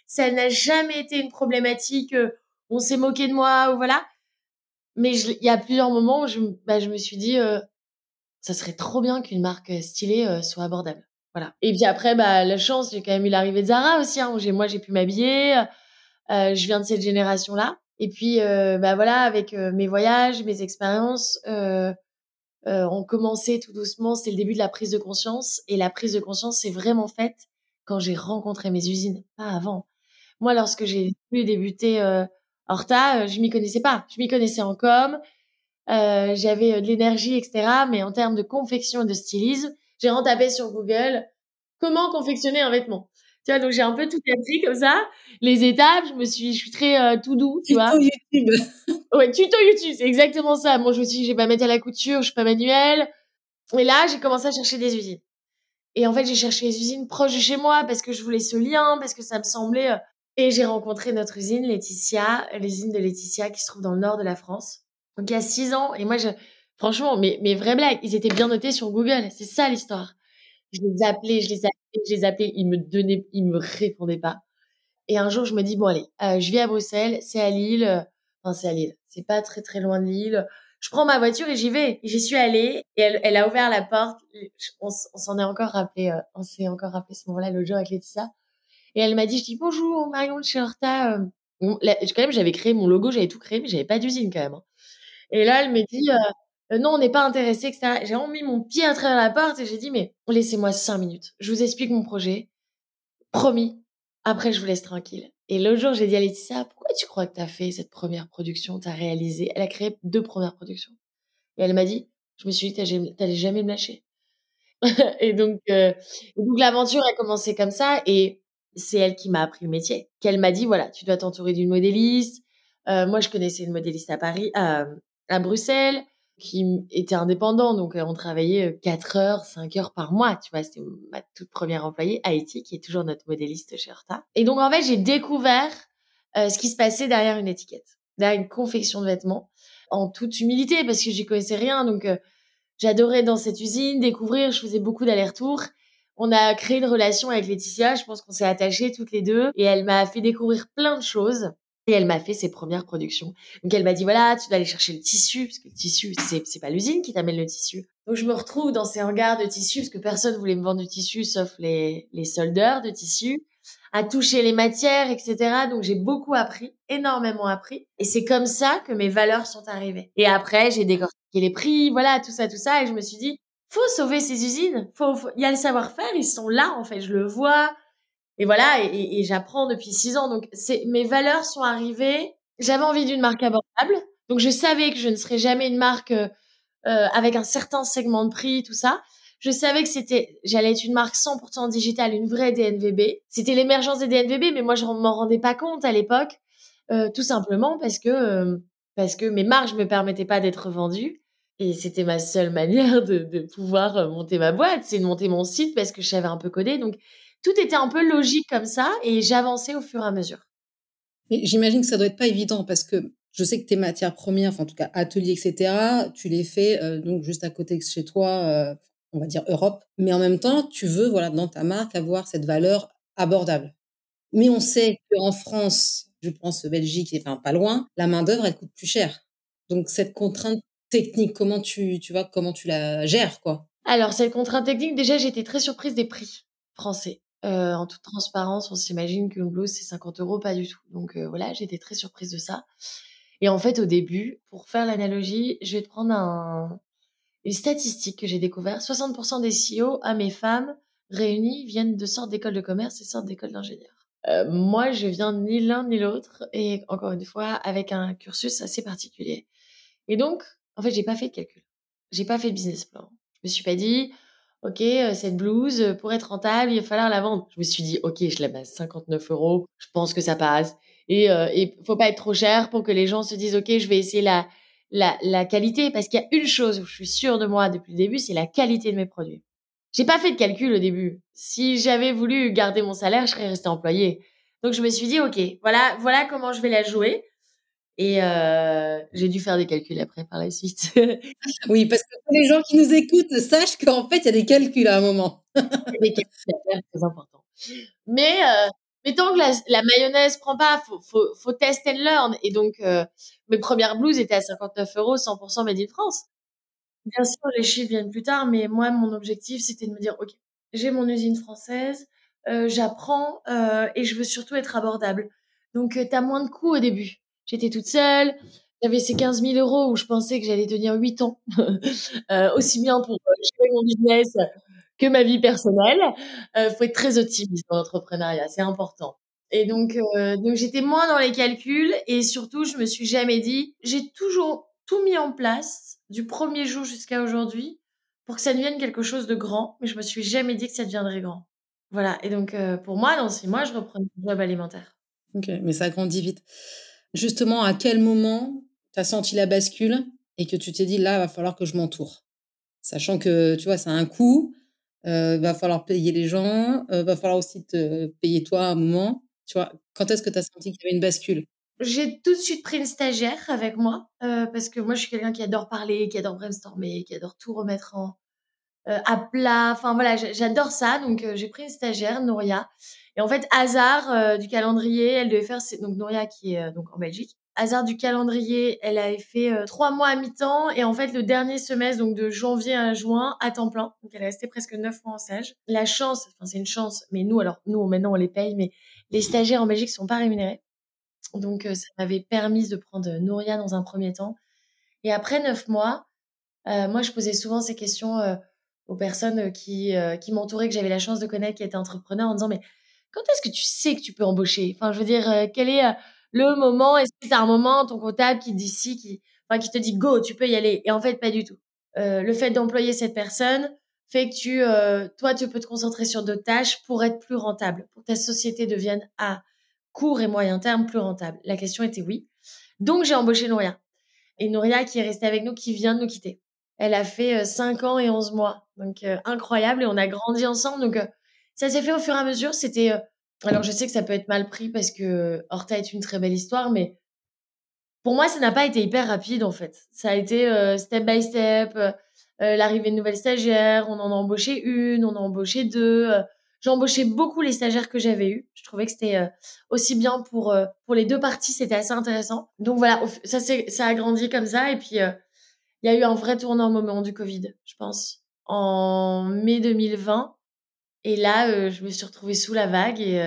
Ça n'a jamais été une problématique, on s'est moqué de moi ou voilà. Mais il y a plusieurs moments où je me suis dit, ça serait trop bien qu'une marque, stylée, soit abordable. Voilà. Et puis après, la chance, j'ai quand même eu l'arrivée de Zara aussi, hein, où j'ai pu m'habiller. Je viens de cette génération-là. Et puis, voilà, avec mes voyages, mes expériences, on commençait tout doucement. C'est le début de la prise de conscience. Et la prise de conscience s'est vraiment faite quand j'ai rencontré mes usines, pas avant. Moi, lorsque j'ai voulu débuter Horta, je m'y connaissais pas. Je m'y connaissais en com, j'avais de l'énergie, etc. Mais en termes de confection et de stylisme, j'ai retapé sur Google comment confectionner un vêtement. Tu vois, donc j'ai un peu tout appris comme ça, les étapes. Je suis très tout doux, tu vois. Tuto YouTube. Ouais, tuto YouTube, c'est exactement ça. Moi, je me suis dit, je vais pas mettre à la couture, je suis pas manuelle. Et là, j'ai commencé à chercher des usines. Et en fait, j'ai cherché les usines proches de chez moi parce que je voulais ce lien, parce que ça me semblait. Et j'ai rencontré notre usine, Laetitia, l'usine de Laetitia qui se trouve dans le nord de la France. Donc il y a 6 ans. Et moi, franchement, mes vraies blagues, ils étaient bien notés sur Google. C'est ça l'histoire. Je les appelais, je les appelais. Ils me répondaient pas. Et un jour, je me dis, bon, allez, je vis à Bruxelles, c'est à Lille. Enfin, c'est à Lille. C'est pas très, très loin de Lille. Je prends ma voiture et j'y vais. Et j'y suis allée et elle a ouvert la porte. On s'en est encore rappelé, on s'est encore rappelé ce moment-là l'autre jour avec Laetitia. Et elle m'a dit, je dis, bonjour, Marion de chez Horta. Bon, là, quand même, j'avais créé mon logo, j'avais tout créé, mais j'avais pas d'usine quand même, hein. Et là, elle me dit, non, on n'est pas intéressé, etc. J'ai vraiment mis mon pied à travers la porte et j'ai dit, mais laissez-moi 5 minutes. Je vous explique mon projet. Promis. Après, je vous laisse tranquille. Et l'autre jour, j'ai dit à Laetitia, pourquoi tu crois que tu as fait cette première production, tu as réalisé? Elle a créé 2 premières productions. Et elle m'a dit, je me suis dit, t'allais jamais me lâcher. Et donc l'aventure a commencé comme ça. Et c'est elle qui m'a appris le métier. Qu'elle m'a dit, voilà, tu dois t'entourer d'une modéliste. Moi, je connaissais une modéliste à Paris, à Bruxelles, qui était indépendant. Donc, on travaillait 4 heures, 5 heures par mois. Tu vois, c'était ma toute première employée, Haïti, qui est toujours notre modéliste chez Horta. Et donc, en fait, j'ai découvert ce qui se passait derrière une étiquette, derrière une confection de vêtements, en toute humilité, parce que j'y connaissais rien. Donc, j'adorais dans cette usine découvrir. Je faisais beaucoup d'allers-retours. On a créé une relation avec Laetitia. Je pense qu'on s'est attachées toutes les deux. Et elle m'a fait découvrir plein de choses. Et elle m'a fait ses premières productions. Donc, elle m'a dit, voilà, tu dois aller chercher le tissu. Parce que le tissu, c'est pas l'usine qui t'amène le tissu. Donc, je me retrouve dans ces hangars de tissu. Parce que personne voulait me vendre du tissu, sauf les soldeurs de tissu. À toucher les matières, etc. Donc, j'ai beaucoup appris, énormément appris. Et c'est comme ça que mes valeurs sont arrivées. Et après, j'ai décortiqué les prix, voilà, tout ça. Et je me suis dit, faut sauver ces usines. Il y a le savoir-faire, ils sont là, en fait, je le vois. Et voilà, et j'apprends depuis 6 ans. Donc, mes valeurs sont arrivées. J'avais envie d'une marque abordable. Donc, je savais que je ne serais jamais une marque avec un certain segment de prix, tout ça. Je savais que j'allais être une marque 100% digitale, une vraie DNVB. C'était l'émergence des DNVB, mais moi, je m'en rendais pas compte à l'époque, tout simplement parce que mes marges me permettaient pas d'être vendues. Et c'était ma seule manière de pouvoir monter ma boîte, c'est de monter mon site parce que je savais un peu coder. Donc, tout était un peu logique comme ça et j'avançais au fur et à mesure. Mais j'imagine que ça doit être pas évident parce que je sais que tes matières premières, enfin en tout cas atelier, et cetera, tu les fais, donc juste à côté de chez toi, on va dire Europe. Mais en même temps, tu veux, voilà, dans ta marque, avoir cette valeur abordable. Mais on sait qu'en France, je pense Belgique et enfin pas loin, la main-d'œuvre, elle coûte plus cher. Donc cette contrainte technique, comment tu la gères, quoi? Alors, cette contrainte technique, déjà, j'étais très surprise des prix français. En toute transparence, on s'imagine qu'une blouse, c'est 50 €, pas du tout. Donc, voilà, j'étais très surprise de ça. Et en fait, au début, pour faire l'analogie, je vais te prendre une statistique que j'ai découvert. 60% des CEO, hommes et femmes, réunis, viennent de sortes d'écoles de commerce et sortes d'écoles d'ingénieurs. Moi, je viens ni l'un ni l'autre et encore une fois, avec un cursus assez particulier. Et donc, en fait, j'ai pas fait de calcul. J'ai pas fait de business plan. Je me suis pas dit: «OK, cette blouse, pour être rentable, il va falloir la vendre». Je me suis dit: «OK, je la mets à 59 €, je pense que ça passe et faut pas être trop cher pour que les gens se disent: "OK, je vais essayer la qualité". Parce qu'il y a une chose où je suis sûre de moi depuis le début, c'est la qualité de mes produits. J'ai pas fait de calcul au début. Si j'avais voulu garder mon salaire, je serais restée employée. Donc je me suis dit: «OK, voilà comment je vais la jouer». Et j'ai dû faire des calculs après par la suite. Oui, parce que tous les gens qui nous écoutent sachent qu'en fait, il y a des calculs à un moment. Des calculs à faire très importants. Mais Mais tant que la mayonnaise prend pas, faut test and learn. Et donc, mes premières blouses étaient à 59 €, 100% made in France. Bien sûr, les chiffres viennent plus tard, mais moi, mon objectif, c'était de me dire: «OK, j'ai mon usine française, j'apprends, et je veux surtout être abordable». Donc, tu as moins de coûts au début. J'étais toute seule, j'avais ces 15 000 € où je pensais que j'allais tenir 8 ans, aussi bien pour, gérer mon business que ma vie personnelle. Faut être très optimiste dans l'entrepreneuriat, c'est important. Et donc j'étais moins dans les calculs et surtout, je me suis jamais dit j'ai toujours tout mis en place du premier jour jusqu'à aujourd'hui pour que ça devienne quelque chose de grand, mais je me suis jamais dit que ça deviendrait grand. Voilà. Et donc, pour moi, dans 6 mois, je reprends mon job alimentaire. OK, mais ça grandit vite. Justement, à quel moment tu as senti la bascule et que tu t'es dit: «Là, va falloir que je m'entoure»? Sachant que, tu vois, ça a un coût, va falloir payer les gens, va falloir aussi te payer toi à un moment, tu vois? Quand est-ce que tu as senti qu'il y avait une bascule? J'ai tout de suite pris une stagiaire avec moi, parce que moi, je suis quelqu'un qui adore parler, qui adore brainstormer, qui adore tout remettre à plat. Enfin voilà, j'adore ça. Donc, j'ai pris une stagiaire, Nouria. Et en fait, hasard du calendrier, elle devait faire donc Nouria qui est donc en Belgique. Hasard du calendrier, elle avait fait 3 mois à mi-temps et en fait le dernier semestre, donc de janvier à juin, à temps plein. Donc elle est restée presque 9 mois en stage. La chance, enfin c'est une chance, mais nous maintenant on les paye, mais les stagiaires en Belgique sont pas rémunérés. Donc, ça m'avait permis de prendre Nouria dans un premier temps. Et après 9 mois, moi, je posais souvent ces questions, aux personnes, qui m'entouraient, que j'avais la chance de connaître, qui étaient entrepreneurs, en disant: «Mais quand est-ce que tu sais que tu peux embaucher? Enfin, je veux dire, quel est, le moment? Est-ce que tu as un moment, ton comptable qui te dit si, enfin, qui te dit: "Go, tu peux y aller"?» Et en fait, pas du tout. Le fait d'employer cette personne fait que toi, tu peux te concentrer sur d'autres tâches pour être plus rentable, pour que ta société devienne à court et moyen terme plus rentable. La question était oui. Donc j'ai embauché Nouria. Et Nouria qui est restée avec nous, qui vient de nous quitter. Elle a fait 5 ans et 11 mois. Donc, incroyable. Et on a grandi ensemble. Donc, ça s'est fait au fur et à mesure. C'était, alors je sais que ça peut être mal pris parce que Horta est une très belle histoire, mais pour moi, ça n'a pas été hyper rapide, en fait. Ça a été, step by step, l'arrivée de nouvelles stagiaires, on en a embauché une, on en a embauché 2. J'ai embauché beaucoup les stagiaires que j'avais eus. Je trouvais que c'était, aussi bien pour les 2 parties, c'était assez intéressant. Donc voilà, ça a grandi comme ça. Et puis, il y a eu un vrai tournant au moment du covid, je pense, en mai 2020. Et là, je me suis retrouvée sous la vague et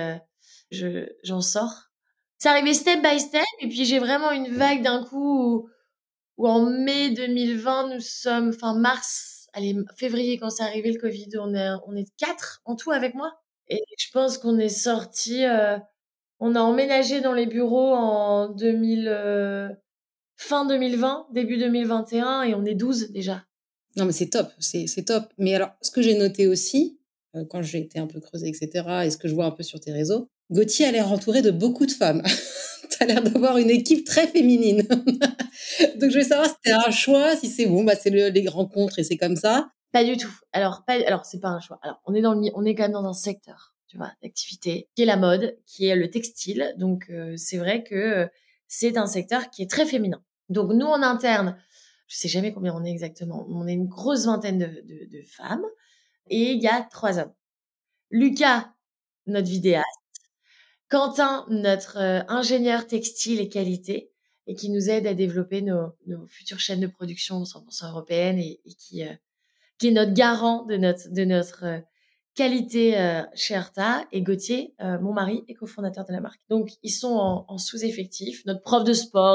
j'en sors. C'est arrivé step by step et puis j'ai vraiment une vague d'un coup où en mai 2020, nous sommes fin mars, allez, février quand c'est arrivé le covid, on est 4 en tout avec moi. Et je pense qu'on est sortis, on a emménagé dans les bureaux en 2000, fin 2020, début 2021 et on est 12 déjà. Non, mais c'est top, c'est top. Mais alors, ce que j'ai noté aussi, quand j'ai été un peu creusée et cetera et ce que je vois un peu sur tes réseaux, Gauthier a l'air entouré de beaucoup de femmes. Tu as l'air d'avoir une équipe très féminine. Donc je voulais savoir si c'était un choix, si c'est bon, bah, c'est les rencontres et c'est comme ça? Pas du tout. Alors c'est pas un choix. Alors on est quand même dans un secteur, tu vois, d'activité qui est la mode, qui est le textile. Donc, c'est vrai que, c'est un secteur qui est très féminin. Donc nous, en interne, je sais jamais combien on est exactement. On est une grosse vingtaine de femmes et il y a 3 hommes. Lucas, notre vidéaste, Quentin, notre, ingénieur textile et qualité et qui nous aide à développer nos futures chaînes de production 100% européennes et qui est notre garant de notre qualité, chez Arta. Et Gauthier, mon mari est cofondateur de la marque. Donc ils sont en sous-effectif. Notre prof de sport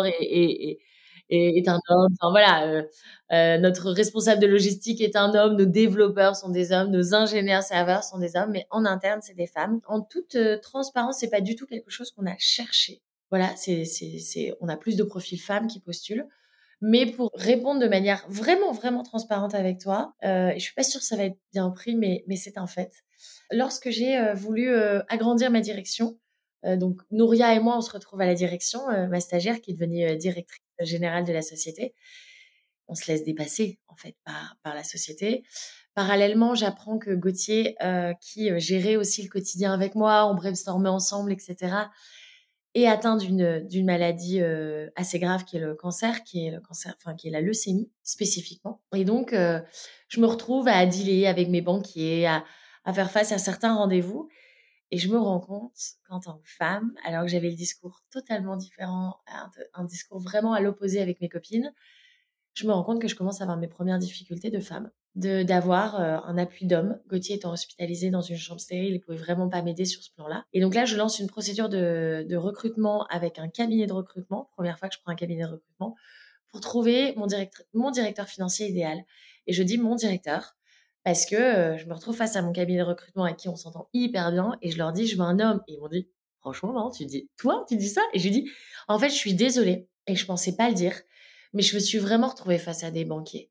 est un homme. Enfin voilà, notre responsable de logistique est un homme, nos développeurs sont des hommes, nos ingénieurs serveurs sont des hommes, mais en interne, c'est des femmes. En toute, transparence, c'est pas du tout quelque chose qu'on a cherché. Voilà, on a plus de profils femmes qui postulent. Mais pour répondre de manière vraiment, vraiment transparente avec toi, et je suis pas sûre que ça va être bien pris, mais c'est un fait. Lorsque j'ai, voulu, agrandir ma direction, donc Nouria et moi, on se retrouve à la direction, ma stagiaire qui est devenue, directrice générale de la société. On se laisse dépasser, en fait, par la société. Parallèlement, j'apprends que Gauthier, qui, gérait aussi le quotidien avec moi, on brainstormait ensemble et cetera, est atteint d'une maladie, assez grave qui est le cancer, enfin qui est la leucémie spécifiquement. Et donc, je me retrouve à dealer avec mes banquiers, à faire face à certains rendez-vous Et je me rends compte qu'en tant que femme, alors que j'avais le discours totalement différent, un discours vraiment à l'opposé avec mes copines, je me rends compte que je commence à avoir mes premières difficultés de femme, d'avoir un appui d'homme. Gauthier étant hospitalisé dans une chambre stérile, il pouvait vraiment pas m'aider sur ce plan-là. Et donc là, je lance une procédure de recrutement avec un cabinet de recrutement. Première fois que je prends un cabinet de recrutement pour trouver mon directeur financier idéal. Et je dis mon directeur parce que je me retrouve face à mon cabinet de recrutement avec qui on s'entend hyper bien et je leur dis je veux un homme. Et ils m'ont dit franchement non, tu dis ça. Et je lui dis en fait je suis désolée et je pensais pas le dire, mais je me suis vraiment retrouvée face à des banquiers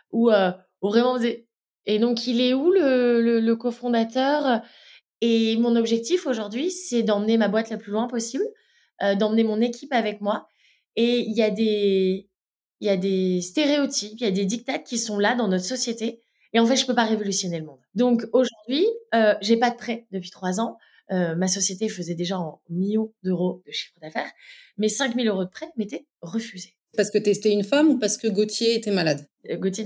où vraiment on faisait et donc il est où le cofondateur? Et mon objectif aujourd'hui, c'est d'emmener ma boîte le plus loin possible, d'emmener mon équipe avec moi. Et il y a des stéréotypes, il y a des diktats qui sont là dans notre société. Et en fait, je peux pas révolutionner le monde. Donc aujourd'hui, j'ai pas de prêt depuis 3 ans. Ma société faisait déjà en millions d'euros de chiffre d'affaires, mais 5 000 € de prêt m'étaient refusés. Parce que t'étais une femme ou parce que Gauthier était malade? Gauthier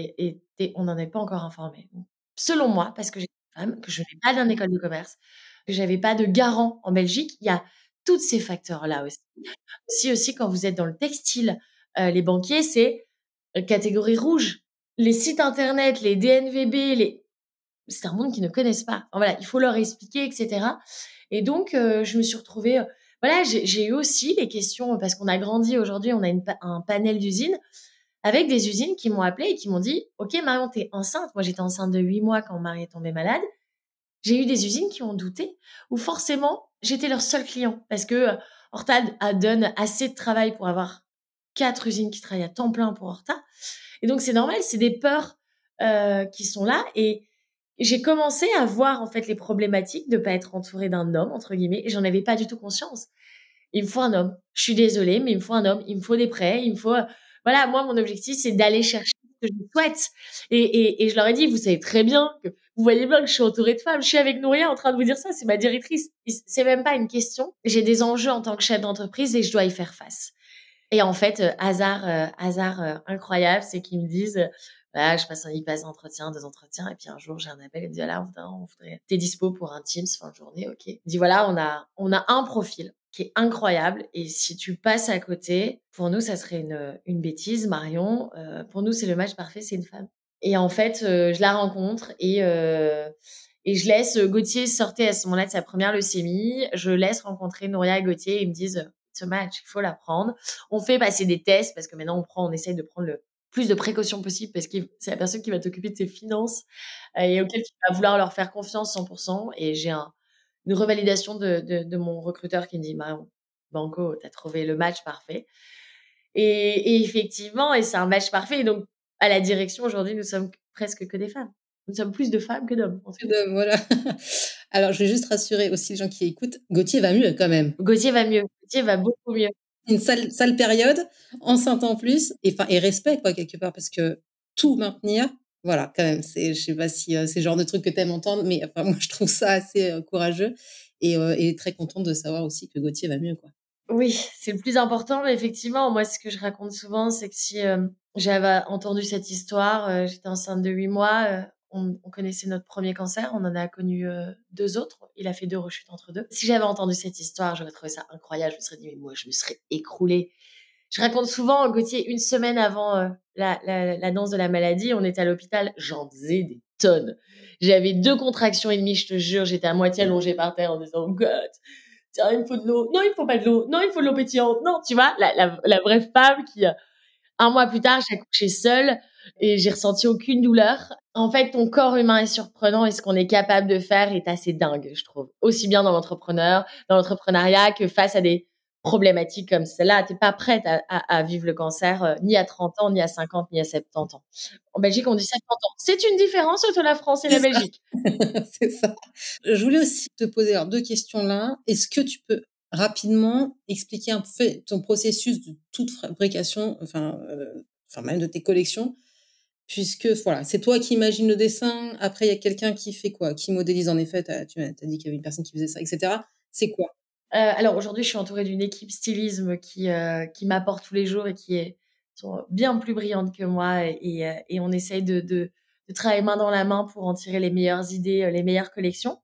on n'en est pas encore informé. Selon moi, parce que j'étais femme, que je n'ai pas d'une école de commerce, que j'avais pas de garant en Belgique, il y a tous ces facteurs-là aussi. Aussi quand vous êtes dans le textile, les banquiers, c'est catégorie rouge. Les sites internet, les DNVB, c'est un monde qu'ils ne connaissent pas. Enfin, voilà, il faut leur expliquer, et cetera. Et donc, je me suis retrouvée, voilà, j'ai eu aussi les questions parce qu'on a grandi aujourd'hui, on a un panel d'usines avec des usines qui m'ont appelée et qui m'ont dit: «OK Marion, tu es enceinte». Moi, j'étais enceinte de 8 mois quand mon mari est tombé malade. J'ai eu des usines qui ont douté, où forcément, j'étais leur seul client parce que, Horta donne assez de travail pour avoir 4 usines qui travaillent à temps plein pour Horta. Et donc c'est normal, c'est des peurs, qui sont là et j'ai commencé à voir, en fait, les problématiques de pas être entourée d'un «homme» entre guillemets et j'en avais pas du tout conscience. Il me faut un homme. Je suis désolée, mais il me faut un homme. Il me faut des prêts. Il me faut, voilà, moi, mon objectif, c'est d'aller chercher ce que je souhaite. Et je leur ai dit, vous savez très bien que, vous voyez bien que je suis entourée de femmes. Je suis avec Nouria en train de vous dire ça. C'est ma directrice. C'est même pas une question. J'ai des enjeux en tant que chef d'entreprise et je dois y faire face. Et en fait, hasard incroyable, c'est qu'ils me disent, voilà, ils passent un entretien, 2 entretiens, et puis un jour, j'ai un appel, il me dit: «Voilà, on voudrait tu dispo pour un Teams fin de journée?» «OK». Il me dit: «Voilà, on a un profil qui est incroyable et si tu passes à côté, pour nous, ça serait une bêtise, Marion, pour nous, c'est le match parfait, c'est une femme». Et en fait, je la rencontre et je laisse Gauthier sortir à ce moment-là de sa première leucémie. Je laisse rencontrer Nouria et Gauthier et ils me disent: «Ce match, il faut l'apprendre». On fait passer des tests parce que maintenant on essaye de prendre le plus de précautions possible parce que c'est la personne qui va t'occuper de ses finances et auquel tu vas vouloir leur faire confiance 100%. Et j'ai une revalidation de mon recruteur qui me dit: «Marion, banco, tu as trouvé le match parfait». Et effectivement, et c'est un match parfait. Et donc, à la direction, aujourd'hui, nous sommes presque que des femmes. Nous sommes plus de femmes que d'hommes, en tout cas. Voilà. Alors, je vais juste rassurer aussi les gens qui écoutent. Gauthier va mieux quand même. Gauthier va mieux. Gauthier va beaucoup mieux. Une sale période, enceinte en plus, et respect quoi quelque part parce que tout maintenir, voilà quand même, je sais pas si c'est le genre de truc que tu aimes entendre, mais enfin moi je trouve ça assez courageux et très contente de savoir aussi que Gauthier va mieux quoi. Oui, c'est le plus important, mais effectivement, moi, ce que je raconte souvent, c'est que si j'avais entendu cette histoire, j'étais enceinte de 8 mois, on connaissait notre premier cancer, on en a connu 2 autres. Il a fait 2 rechutes entre 2. Si j'avais entendu cette histoire, j'aurais trouvé ça incroyable. Je me serais dit, mais moi, je me serais écroulée. Je raconte souvent, Gauthier, une semaine avant l'annonce de la maladie, on était à l'hôpital, j'en faisais des tonnes. J'avais 2 contractions et demie, je te jure, j'étais à moitié allongée par terre en disant, God, tiens, il me faut de l'eau. Non, il me faut pas de l'eau. Non, il faut de l'eau pétillante. Non, tu vois, la vraie femme qui, 1 mois plus tard, j'ai accouché seule et j'ai ressenti aucune douleur. En fait, ton corps humain est surprenant et ce qu'on est capable de faire est assez dingue, je trouve. Aussi bien dans l'entrepreneuriat que face à des problématiques comme celle-là. T'es pas prête à vivre le cancer, ni à 30 ans, ni à 50, ni à 70 ans. En Belgique, on dit 70 ans. C'est une différence entre la France et la Belgique. C'est ça. Je voulais aussi te poser alors 2 questions là. Est-ce que tu peux rapidement expliquer un peu ton processus de toute fabrication, enfin même de tes collections? Puisque voilà, c'est toi qui imagines le dessin, après il y a quelqu'un qui fait quoi? Qui modélise en effet, tu m'as dit qu'il y avait une personne qui faisait ça et cetera. C'est quoi? Alors aujourd'hui, je suis entourée d'une équipe stylisme qui m'apporte tous les jours et sont bien plus brillantes que moi et on essaye de travailler main dans la main pour en tirer les meilleures idées, les meilleures collections.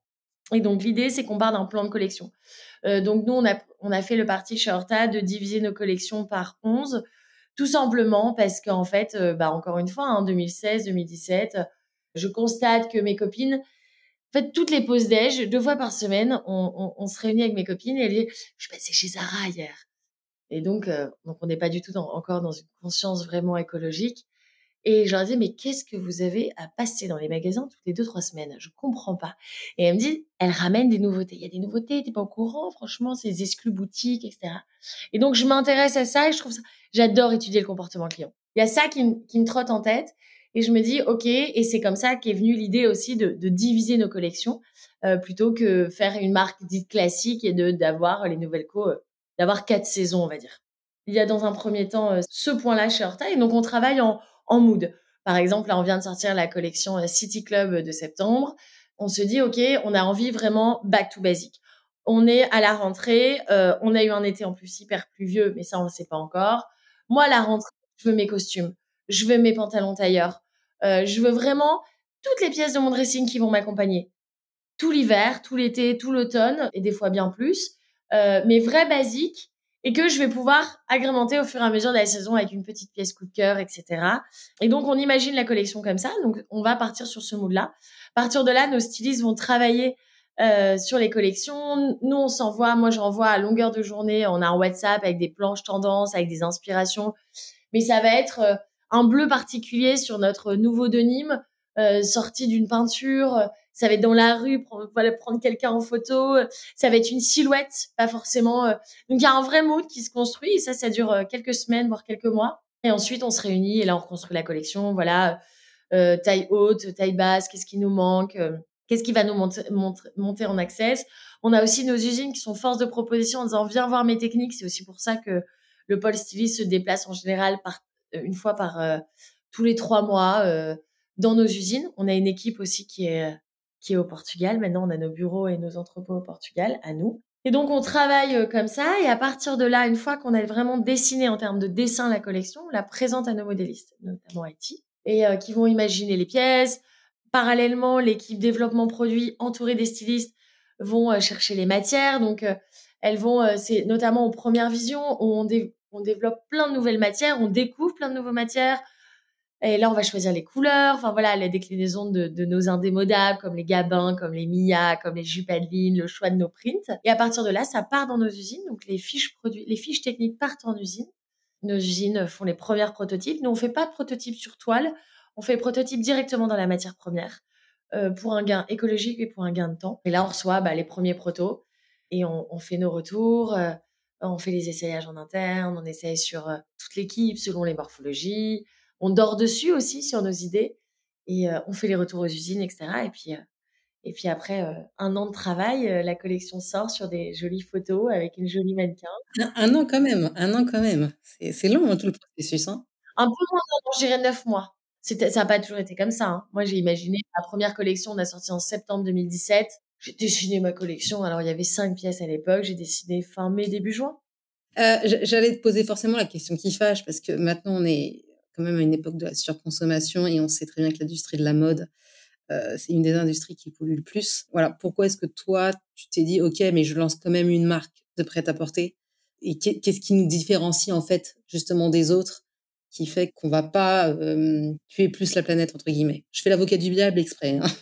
Et donc, l'idée, c'est qu'on part d'un plan de collection. Donc, nous, on a fait le parti chez Horta de diviser nos collections par 11, tout simplement parce qu'en fait, encore une fois, 2016, 2017, je constate que mes copines, en fait, toutes les pauses déj, 2 fois par semaine, on se réunit avec mes copines et elles disent: «Je suis passée chez Zara hier». Et donc on n'est pas du tout encore dans une conscience vraiment écologique. Et je leur dis: «Mais qu'est-ce que vous avez à passer dans les magasins toutes les 2-3 semaines? Je comprends pas». Et elle me dit: «Elle ramène des nouveautés. Il y a des nouveautés, tu es pas au courant, franchement, c'est des exclus boutiques et cetera». Et donc je m'intéresse à ça et je trouve ça j'adore étudier le comportement client. Il y a ça qui me trotte en tête et je me dis: «OK», et c'est comme ça qu'est venue l'idée aussi de diviser nos collections, plutôt que faire une marque dite classique et d'avoir les nouvelles d'avoir 4 saisons, on va dire. Il y a dans un premier temps, ce point-là chez Horta et donc on travaille en mood. Par exemple, là, on vient de sortir la collection City Club de septembre. On se dit, OK, on a envie vraiment back to basic. On est à la rentrée, on a eu un été en plus hyper pluvieux, mais ça, on ne sait pas encore. Moi, à la rentrée, je veux mes costumes, je veux mes pantalons tailleurs, je veux vraiment toutes les pièces de mon dressing qui vont m'accompagner. Tout l'hiver, tout l'été, tout l'automne, et des fois bien plus, mais vrai basique, et que je vais pouvoir agrémenter au fur et à mesure de la saison avec une petite pièce coup de cœur, et cetera. Et donc, on imagine la collection comme ça. Donc, on va partir sur ce mood-là. À partir de là, nos stylistes vont travailler sur les collections. Nous, on s'envoie, moi, j'envoie à longueur de journée. On a un WhatsApp avec des planches tendances, avec des inspirations. Mais ça va être un bleu particulier sur notre nouveau denim, sorti d'une peinture. Ça va être dans la rue, prendre quelqu'un en photo. Ça va être une silhouette, pas forcément. Donc, il y a un vrai mood qui se construit et ça dure quelques semaines, voire quelques mois. Et ensuite, on se réunit et là, on reconstruit la collection. Voilà, taille haute, taille basse, qu'est-ce qui nous manque, qu'est-ce qui va nous monter en access. On a aussi nos usines qui sont force de proposition en disant: viens voir mes techniques. C'est aussi pour ça que le pôle styliste se déplace en général une fois par tous les 3 mois dans nos usines. On a une équipe aussi qui est au Portugal. Maintenant, on a nos bureaux et nos entrepôts au Portugal, à nous. Et donc, on travaille comme ça. Et à partir de là, une fois qu'on a vraiment dessiné en termes de dessin la collection, on la présente à nos modélistes, notamment IT, et qui vont imaginer les pièces. Parallèlement, l'équipe développement produit entourée des stylistes vont chercher les matières. Donc, elles vont, c'est notamment aux premières visions où on développe plein de nouvelles matières, on découvre plein de nouvelles matières. Et là, on va choisir les couleurs. Enfin, voilà, la déclinaison de nos indémodables, comme les gabins, comme les Mia, comme les jupes Adeline, le choix de nos prints. Et à partir de là, ça part dans nos usines. Donc, les fiches techniques partent en usine. Nos usines font les premiers prototypes. Nous, on fait pas de prototypes sur toile. On fait les prototypes directement dans la matière première, pour un gain écologique et pour un gain de temps. Et là, on reçoit les premiers protos et on fait nos retours. On fait les essayages en interne. On essaye sur toute l'équipe selon les morphologies. On dort dessus aussi sur nos idées et on fait les retours aux usines, etc. Et puis après 1 an de travail, la collection sort sur des jolies photos avec une jolie mannequin. Un an quand même, un an quand même. C'est long, hein, tout le processus, hein? Un peu moins d'1 an, je dirais 9 mois. Ça a pas toujours été comme ça, hein. Moi, j'ai imaginé ma première collection, on a sorti en septembre 2017. J'ai dessiné ma collection. Alors, il y avait 5 pièces à l'époque. J'ai dessiné fin mai, début juin. J'allais te poser forcément la question qui fâche parce que maintenant on est quand même à une époque de la surconsommation et on sait très bien que l'industrie de la mode, c'est une des industries qui pollue le plus. Voilà, pourquoi est-ce que toi, tu t'es dit: «OK, mais je lance quand même une marque de prêt-à-porter» et qu'est-ce qui nous différencie, en fait, justement des autres, qui fait qu'on va pas, «tuer plus la planète» entre guillemets? Je fais l'avocat du diable exprès, hein.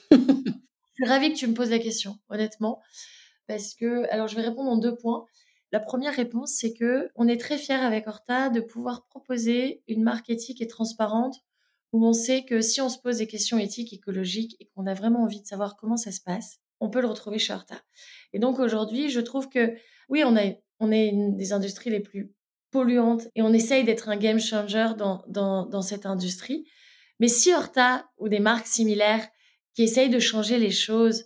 Je suis ravie que tu me poses la question, honnêtement, parce que alors je vais répondre en 2 points. La première réponse, c'est que on est très fiers avec Horta de pouvoir proposer une marque éthique et transparente où on sait que si on se pose des questions éthiques, écologiques et qu'on a vraiment envie de savoir comment ça se passe, on peut le retrouver chez Horta. Et donc aujourd'hui, je trouve que oui, on est une des industries les plus polluantes et on essaye d'être un game changer dans cette industrie. Mais si Horta ou des marques similaires qui essayent de changer les choses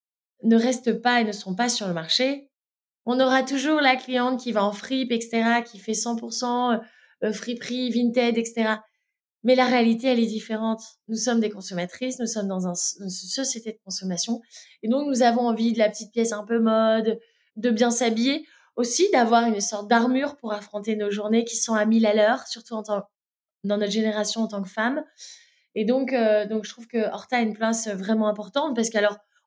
ne restent pas et ne sont pas sur le marché, on aura toujours la cliente qui va en fripe, etc., qui fait 100% friperie, vintage, etc. Mais la réalité, elle est différente. Nous sommes des consommatrices, nous sommes dans une société de consommation. Et donc, nous avons envie de la petite pièce un peu mode, de bien s'habiller, aussi d'avoir une sorte d'armure pour affronter nos journées qui sont à 1000 à l'heure, surtout dans notre génération en tant que femme. Et donc je trouve que Horta a une place vraiment importante parce qu'alors,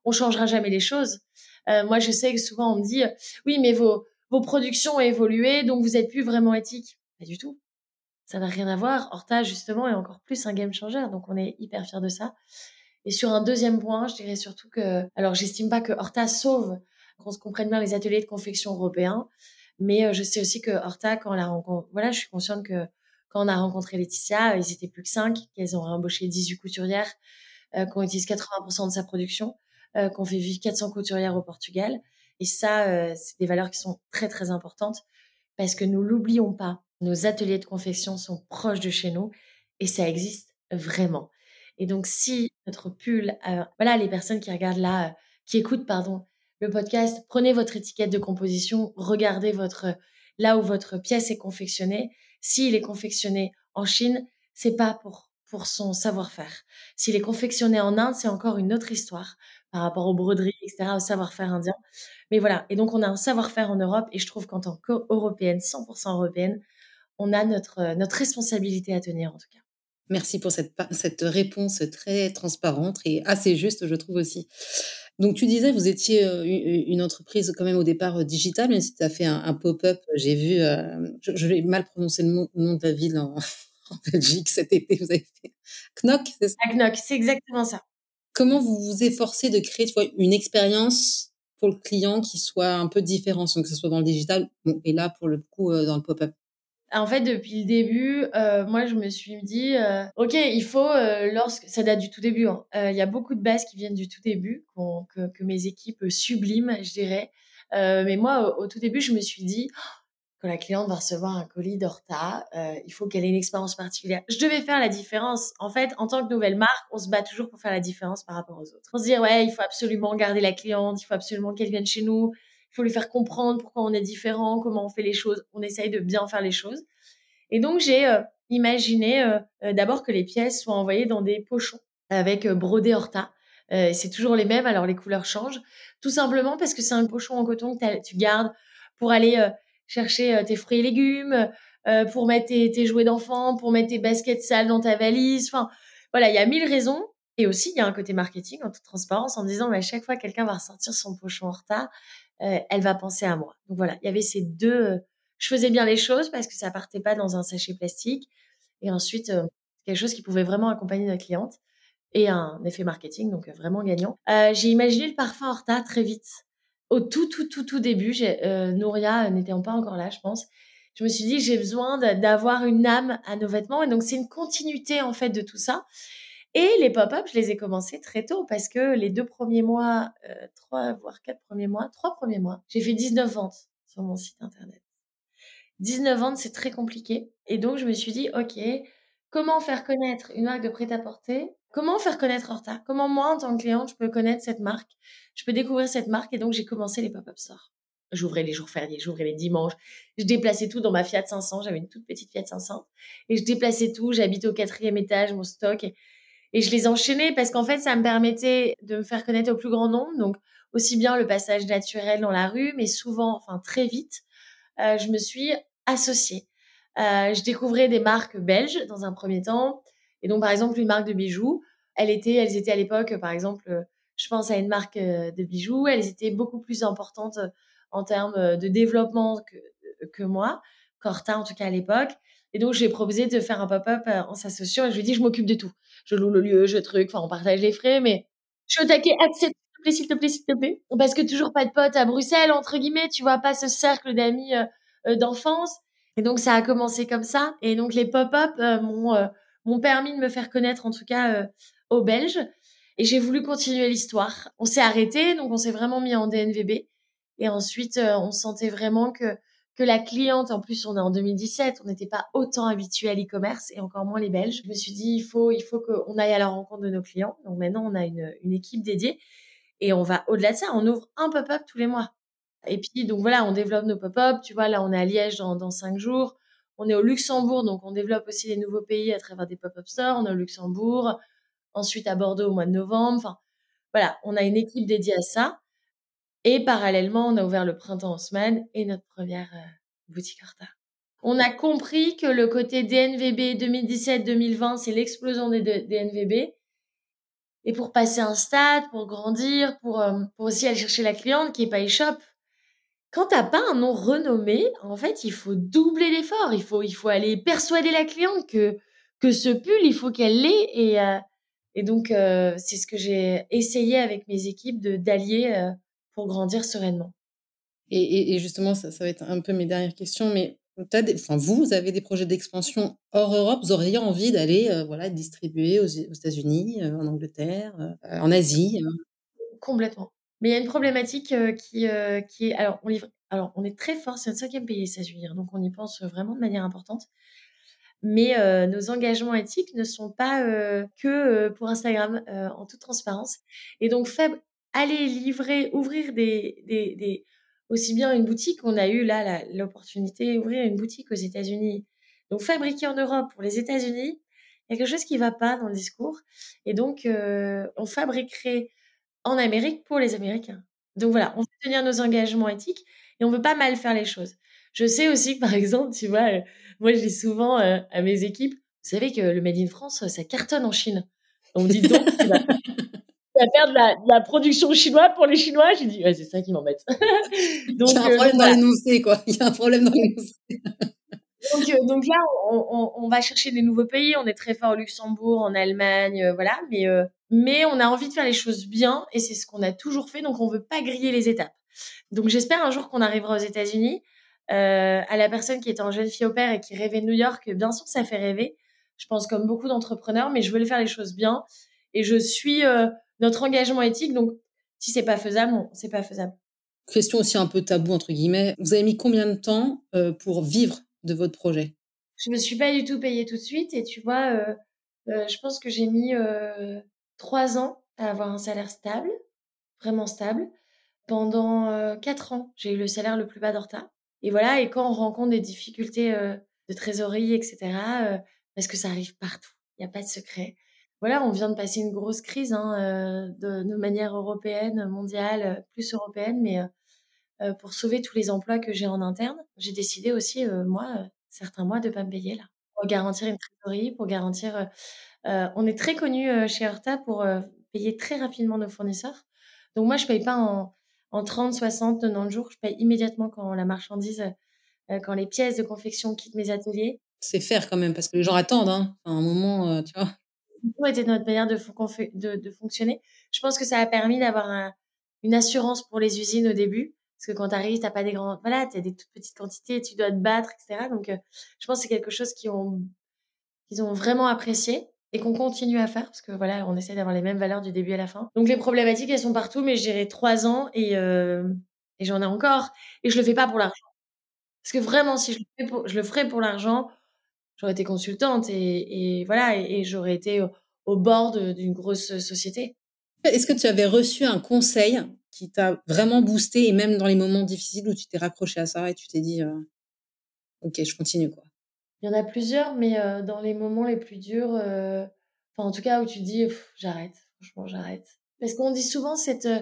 on changera jamais les choses. Moi, je sais que souvent on me dit oui, mais vos productions ont évolué, donc vous êtes plus vraiment éthique. Pas du tout. Ça n'a rien à voir. Horta, justement, est encore plus un game changer. Donc, on est hyper fiers de ça. Et sur un deuxième point, je dirais surtout que, alors, j'estime pas que Horta sauve, qu'on se comprenne bien les ateliers de confection européens. Mais je sais aussi que Horta, quand on l'a rencontré, voilà, je suis consciente que quand on a rencontré Laetitia, ils étaient plus que 5, qu'elles ont embauché 18 couturières, qu'on utilise 80% de sa production, qu'on fait vivre 400 couturières au Portugal. Et ça, c'est des valeurs qui sont très, très importantes parce que nous l'oublions pas. Nos ateliers de confection sont proches de chez nous et ça existe vraiment. Et donc, si notre pull, voilà, les personnes qui regardent là, qui écoutent, pardon, le podcast, prenez votre étiquette de composition, regardez là où votre pièce est confectionnée. S'il est confectionné en Chine, c'est pas pour son savoir-faire. S'il est confectionné en Inde, c'est encore une autre histoire par rapport aux broderies, etc., au savoir-faire indien. Mais voilà. Et donc, on a un savoir-faire en Europe et je trouve qu'en tant qu'Européenne, 100% européenne, on a notre responsabilité à tenir, en tout cas. Merci pour cette réponse très transparente et assez juste, je trouve aussi. Donc tu disais, vous étiez, une entreprise quand même au départ, digitale, même si tu as fait un pop-up, j'ai vu, je vais mal prononcer le nom de la ville en en Belgique cet été, vous avez fait Knock, c'est ça? À Knock, c'est exactement ça. Comment vous vous efforcez de créer, tu vois, une expérience pour le client qui soit un peu différente, donc que ce soit dans le digital, bon et là pour le coup, dans le pop-up? En fait, depuis le début, moi, je me suis dit, «OK, il faut, lorsque» ça date du tout début, hein. Il y a beaucoup de bases qui viennent du tout début, que mes équipes subliment, je dirais. Mais moi, au tout début, je me suis dit: «Quand la cliente va recevoir un colis d'Horta, il faut qu'elle ait une expérience particulière». Je devais faire la différence. En fait, en tant que nouvelle marque, on se bat toujours pour faire la différence par rapport aux autres. On se dit: «Ouais, il faut absolument garder la cliente, il faut absolument qu'elle vienne chez nous, il faut lui faire comprendre pourquoi on est différent, comment on fait les choses». On essaye de bien faire les choses. Et donc, j'ai imaginé d'abord que les pièces soient envoyées dans des pochons avec brodé Horta. C'est toujours les mêmes, alors les couleurs changent. Tout simplement parce que c'est un pochon en coton que tu gardes pour aller chercher tes fruits et légumes, pour mettre tes jouets d'enfant, pour mettre tes baskets sales dans ta valise. Enfin, voilà, il y a 1000 raisons. Et aussi, il y a un côté marketing en toute transparence en disant, à chaque fois que quelqu'un va ressortir son pochon Horta, elle va penser à moi. Donc voilà, il y avait ces deux. Je faisais bien les choses parce que ça partait pas dans un sachet plastique. Et ensuite, quelque chose qui pouvait vraiment accompagner notre cliente et un effet marketing, donc vraiment gagnant. J'ai imaginé le parfum Horta très vite. Au tout début, Nouria n'était pas encore là, je pense. Je me suis dit: «J'ai besoin d'avoir une âme à nos vêtements» et donc c'est une continuité, en fait, de tout ça. Et les pop-up, je les ai commencés très tôt parce que les 2 premiers mois, 3 voire 4 premiers mois, 3 premiers mois, j'ai fait 19 ventes sur mon site internet. 19 ventes, c'est très compliqué et donc je me suis dit: «OK, comment faire connaître une marque de prêt-à-porter? Comment faire connaître Horta? Comment moi, en tant que cliente, je peux connaître cette marque? Je peux découvrir cette marque?» Et donc j'ai commencé les pop-up stores. J'ouvrais les jours fériés, j'ouvrais les dimanches, je déplaçais tout dans ma Fiat 500, j'avais une toute petite Fiat 500 et je déplaçais tout, j'habite au 4e étage, mon stock et je les enchaînais parce qu'en fait, ça me permettait de me faire connaître au plus grand nombre, donc aussi bien le passage naturel dans la rue, mais souvent, enfin très vite, je me suis associée. Je découvrais des marques belges dans un premier temps. Et donc, par exemple, une marque de bijoux, elles étaient à l'époque, par exemple, je pense à une marque de bijoux, elles étaient beaucoup plus importantes en termes de développement que moi, qu'Horta en tout cas à l'époque. Et donc, je lui ai proposé de faire un pop-up en s'associant et je lui ai dit, je m'occupe de tout. Je loue le lieu, je truc, enfin, on partage les frais, mais je suis au taquet, accepte, s'il te plaît, s'il te plaît. Parce que toujours pas de potes à Bruxelles, entre guillemets, tu vois, pas ce cercle d'amis d'enfance. Et donc, ça a commencé comme ça. Et donc, les pop-up m'ont permis de me faire connaître, en tout cas, aux Belges. Et j'ai voulu continuer l'histoire. On s'est arrêté, donc on s'est vraiment mis en DNVB. Et ensuite, on sentait vraiment que la cliente, en plus, on est en 2017, on n'était pas autant habitué à l'e-commerce et encore moins les Belges. Je me suis dit, il faut qu'on aille à la rencontre de nos clients. Donc maintenant, on a une équipe dédiée et on va au-delà de ça. On ouvre un pop-up tous les mois. Et puis, donc voilà, on développe nos pop-up. Tu vois, là, on est à Liège dans 5 jours. On est au Luxembourg, donc on développe aussi les nouveaux pays à travers des pop-up stores. On est au Luxembourg, ensuite à Bordeaux au mois de novembre. Enfin, voilà, on a une équipe dédiée à ça. Et parallèlement, on a ouvert le printemps en semaine et notre première boutique Horta. On a compris que le côté DNVB 2017-2020, c'est l'explosion des DNVB. Et pour passer un stade, pour grandir, pour aussi aller chercher la cliente qui est pas e-shop. Quand t'as pas un nom renommé, en fait, il faut doubler l'effort. Il faut aller persuader la cliente que ce pull, il faut qu'elle l'ait. Et donc, c'est ce que j'ai essayé avec mes équipes d'allier pour grandir sereinement. Et justement, ça va être un peu mes dernières questions, mais vous avez des projets d'expansion hors Europe? Vous auriez envie d'aller, voilà, distribuer aux États-Unis, en Angleterre, en Asie? Complètement. Mais il y a une problématique qui est, alors, on est très fort, c'est notre 5e pays, les États-Unis, hein, donc on y pense vraiment de manière importante. Mais nos engagements éthiques ne sont pas que pour Instagram, en toute transparence. Et donc, aller livrer, ouvrir aussi bien une boutique, on a eu là l'opportunité d'ouvrir une boutique aux États-Unis. Donc, fabriquer en Europe pour les États-Unis, il y a quelque chose qui ne va pas dans le discours. Et donc, on fabriquerait en Amérique pour les Américains. Donc voilà, on veut tenir nos engagements éthiques et on veut pas mal faire les choses. Je sais aussi que, par exemple, tu vois, moi, je dis souvent à mes équipes, vous savez que le Made in France, ça cartonne en Chine. On me dit donc, tu vas faire de la production chinoise pour les Chinois. J'ai dit, ouais, c'est ça qui m'embête. Il y Donc, a un problème dans voilà. l'énoncé, quoi. Il y a un problème dans l'énoncé. Donc là, on va chercher des nouveaux pays. On est très fort au Luxembourg, en Allemagne, voilà. Mais on a envie de faire les choses bien et c'est ce qu'on a toujours fait. Donc, on veut pas griller les étapes. Donc, j'espère un jour qu'on arrivera aux États-Unis. À la personne qui était en jeune fille au père et qui rêvait de New York, bien sûr, ça fait rêver. Je pense comme beaucoup d'entrepreneurs, mais je veux faire les choses bien et je suis notre engagement éthique. Donc, si c'est pas faisable, non, c'est pas faisable. Question aussi un peu «tabou» entre guillemets. Vous avez mis combien de temps, pour vivre de votre projet? Je me suis pas du tout payée tout de suite et tu vois, je pense que j'ai mis 3 ans à avoir un salaire stable, vraiment stable. Pendant 4 ans, j'ai eu le salaire le plus bas d'Horta et voilà. Et quand on rencontre des difficultés de trésorerie et cetera, parce que ça arrive partout, il y a pas de secret. Voilà, on vient de passer une grosse crise, hein, de manière européenne, mondiale, plus européenne, mais pour sauver tous les emplois que j'ai en interne, j'ai décidé aussi, moi, certains mois de pas me payer là, pour garantir une trésorerie, pour garantir, on est très connus, chez Horta pour, payer très rapidement nos fournisseurs. Donc moi, je paye pas en 30, 60, 90 jours. Je paye immédiatement quand la marchandise, quand les pièces de confection quittent mes ateliers. C'est faire quand même parce que les gens attendent, hein. À un moment, tu vois? Ça était notre manière de fonctionner. Je pense que ça a permis d'avoir une assurance pour les usines au début. Parce que quand tu arrives, tu pas des grands, voilà, tu as des toutes petites quantités, tu dois te battre, et cetera. Donc, je pense que c'est quelque chose qu'ils ont vraiment apprécié et qu'on continue à faire parce que voilà, on essaie d'avoir les mêmes valeurs du début à la fin. Donc les problématiques, elles sont partout, mais j'ai 3 ans et j'en ai encore et je le fais pas pour l'argent. Parce que vraiment, si je le ferais pour l'argent, j'aurais été consultante et voilà et j'aurais été au bord d'une grosse société. Est-ce que tu avais reçu un conseil qui t'a vraiment boosté et même dans les moments difficiles où tu t'es raccroché à ça et tu t'es dit, «OK, je continue, quoi»? Il y en a plusieurs, mais dans les moments les plus durs, enfin en tout cas où tu te dis: «J'arrête, franchement j'arrête». Parce qu'on dit souvent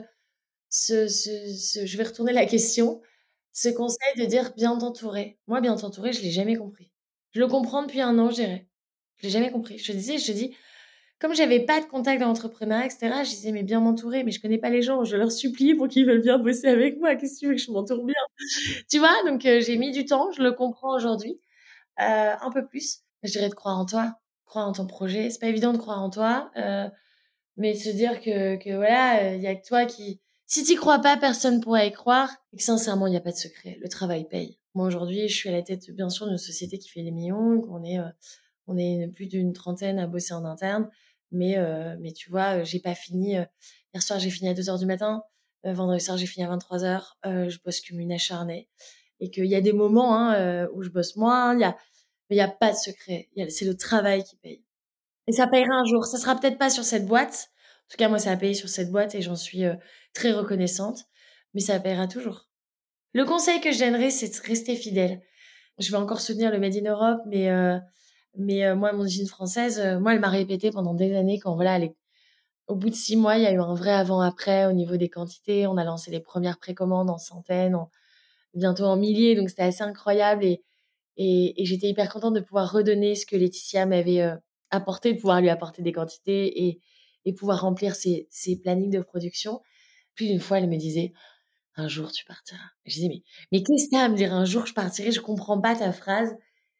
je vais retourner la question, ce conseil de dire: «Bien t'entourer». Moi, bien t'entourer, je l'ai jamais compris. Je le comprends depuis 1 an, je dirais. Je l'ai jamais compris. Je te dis, comme j'avais pas de contact dans l'entrepreneuriat et cetera, je disais: «Mais bien m'entourer, mais je connais pas les gens, je leur supplie pour qu'ils veulent bien bosser avec moi. Qu'est-ce que tu veux que je m'entoure bien?» Tu vois? Donc j'ai mis du temps, je le comprends aujourd'hui, un peu plus. Je dirais de croire en toi, croire en ton projet. C'est pas évident de croire en toi, mais se dire que voilà, il y a que toi qui si tu y crois pas, personne pourra y croire et que sincèrement, il y a pas de secret. Le travail paye. Moi, aujourd'hui, je suis à la tête, bien sûr, d'une société qui fait des millions, on est plus d'une trentaine à bosser en interne, mais tu vois, j'ai pas fini, hier soir, j'ai fini à 2 heures du matin, vendredi soir, j'ai fini à 23 heures. Je bosse comme une acharnée et qu'il y a des moments, hein, où je bosse moins, mais il y a pas de secret. C'est le travail qui paye. Et ça payera un jour. Ça sera peut-être pas sur cette boîte. En tout cas, moi, ça a payé sur cette boîte et j'en suis, très reconnaissante, mais ça payera toujours. Le conseil que je donnerais, c'est de rester fidèle. Je vais encore soutenir le Made in Europe, mais moi, mon usine française, moi, elle m'a répété pendant des années quand voilà, au bout de 6 mois, il y a eu un vrai avant-après au niveau des quantités. On a lancé les premières précommandes en centaines, bientôt en milliers, donc c'était assez incroyable et j'étais hyper contente de pouvoir redonner ce que Laetitia m'avait, apporté, de pouvoir lui apporter des quantités et pouvoir remplir ses plannings de production. Puis une fois, elle me disait: «Un jour, tu partiras». Je disais: «Mais qu'est-ce que tu as à me dire? Un jour, je partirai, je comprends pas ta phrase».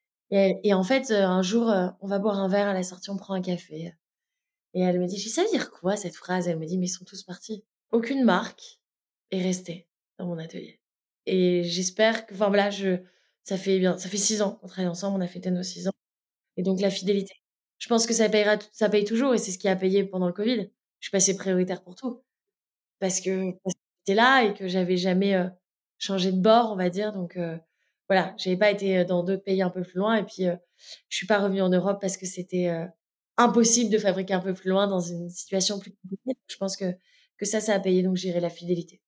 Et en fait, un jour, on va boire un verre à la sortie, on prend un café, et elle me dit: «Je dis: «Ça veut dire quoi cette phrase?» Elle me dit: «Mais ils sont tous partis». Aucune marque est restée dans mon atelier, et j'espère que, enfin voilà, ça fait 6 ans qu'on travaille ensemble, on a fêté nos 6 ans, et donc la fidélité. Je pense que ça paye toujours, et c'est ce qui a payé pendant le covid. Je suis passée prioritaire pour tout parce que j'étais là et que j'avais jamais, changé de bord, on va dire, donc voilà, j'avais pas été, dans d'autres pays un peu plus loin, et puis, je suis pas revenue en Europe parce que c'était, impossible de fabriquer un peu plus loin dans une situation plus compliquée. Je pense que ça a payé, donc je dirais la fidélité.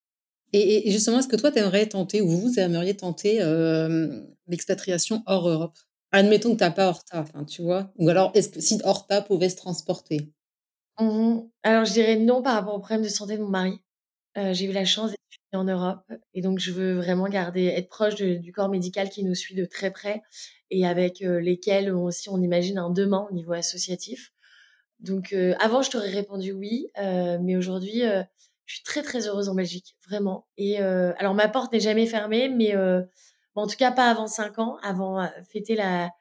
Et justement, est-ce que toi, tu aimerais tenter ou vous aimeriez tenter, l'expatriation hors Europe? Admettons que tu as pas Horta, enfin, tu vois? Ou alors est-ce que si Horta pouvait se transporter? Mmh. Alors je dirais non par rapport aux problèmes de santé de mon mari. J'ai eu la chance d'étudier en Europe, et donc je veux vraiment être proche du corps médical qui nous suit de très près, et avec, lesquels aussi on imagine un demain au niveau associatif. Donc avant je t'aurais répondu oui, mais aujourd'hui, je suis très, très heureuse en Belgique, vraiment, et alors ma porte n'est jamais fermée, mais en tout cas pas avant 5 ans, avant, fêter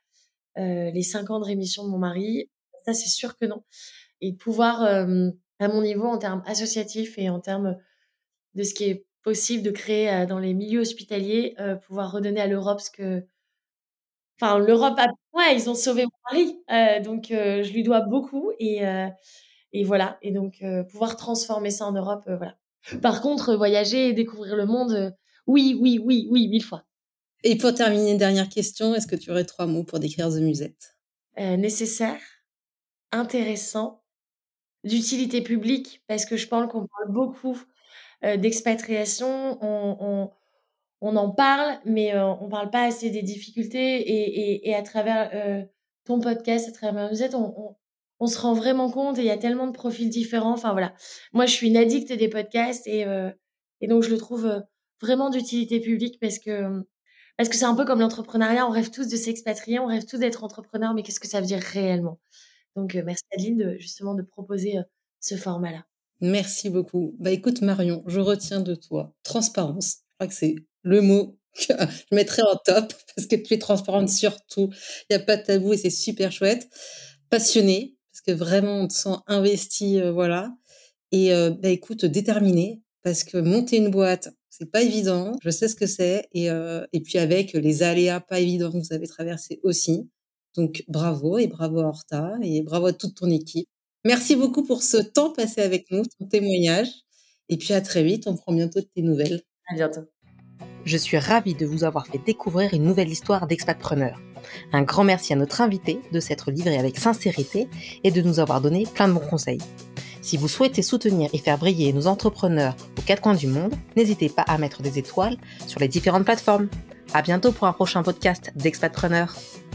les 5 ans de rémission de mon mari. Ça, c'est sûr que non, et de pouvoir, à mon niveau en termes associatifs et en termes de ce qui est possible de créer, dans les milieux hospitaliers, pouvoir redonner à l'Europe ce que, enfin l'Europe a, ouais, ils ont sauvé mon mari, donc je lui dois beaucoup, et voilà, et donc pouvoir transformer ça en Europe, voilà. Par contre, voyager et découvrir le monde, oui, oui, oui, oui, 1000 fois. Et pour terminer, une dernière question, est-ce que tu aurais 3 mots pour décrire The Musette? Nécessaire, intéressant, d'utilité publique, parce que je pense qu'on parle beaucoup, d'expatriation. On en parle, mais on parle pas assez des difficultés, et à travers, ton podcast, à travers Musette, on se rend vraiment compte, et il y a tellement de profils différents. Enfin voilà. Moi, je suis une addict des podcasts, et donc je le trouve, vraiment d'utilité publique, parce que c'est un peu comme l'entrepreneuriat. On rêve tous de s'expatrier, on rêve tous d'être entrepreneur, mais qu'est-ce que ça veut dire réellement? Donc merci Adeline justement de proposer, ce format-là. Merci beaucoup. Bah, écoute Marion, je retiens de toi transparence. Je crois que c'est le mot que je mettrais en top parce que tu es transparente sur tout. Il y a pas de tabou et c'est super chouette. Passionnée, parce que vraiment on te sent investie, voilà et bah, écoute déterminée parce que monter une boîte, c'est pas évident. Je sais ce que c'est et puis avec les aléas pas évidents que vous avez traversés aussi. Donc bravo et bravo à Horta et bravo à toute ton équipe. Merci beaucoup pour ce temps passé avec nous, ton témoignage et puis à très vite, on prend bientôt de tes nouvelles. À bientôt. Je suis ravie de vous avoir fait découvrir une nouvelle histoire d'expatpreneur. Un grand merci à notre invité de s'être livré avec sincérité et de nous avoir donné plein de bons conseils. Si vous souhaitez soutenir et faire briller nos entrepreneurs aux 4 coins du monde, n'hésitez pas à mettre des étoiles sur les différentes plateformes. À bientôt pour un prochain podcast d'Expatpreneur.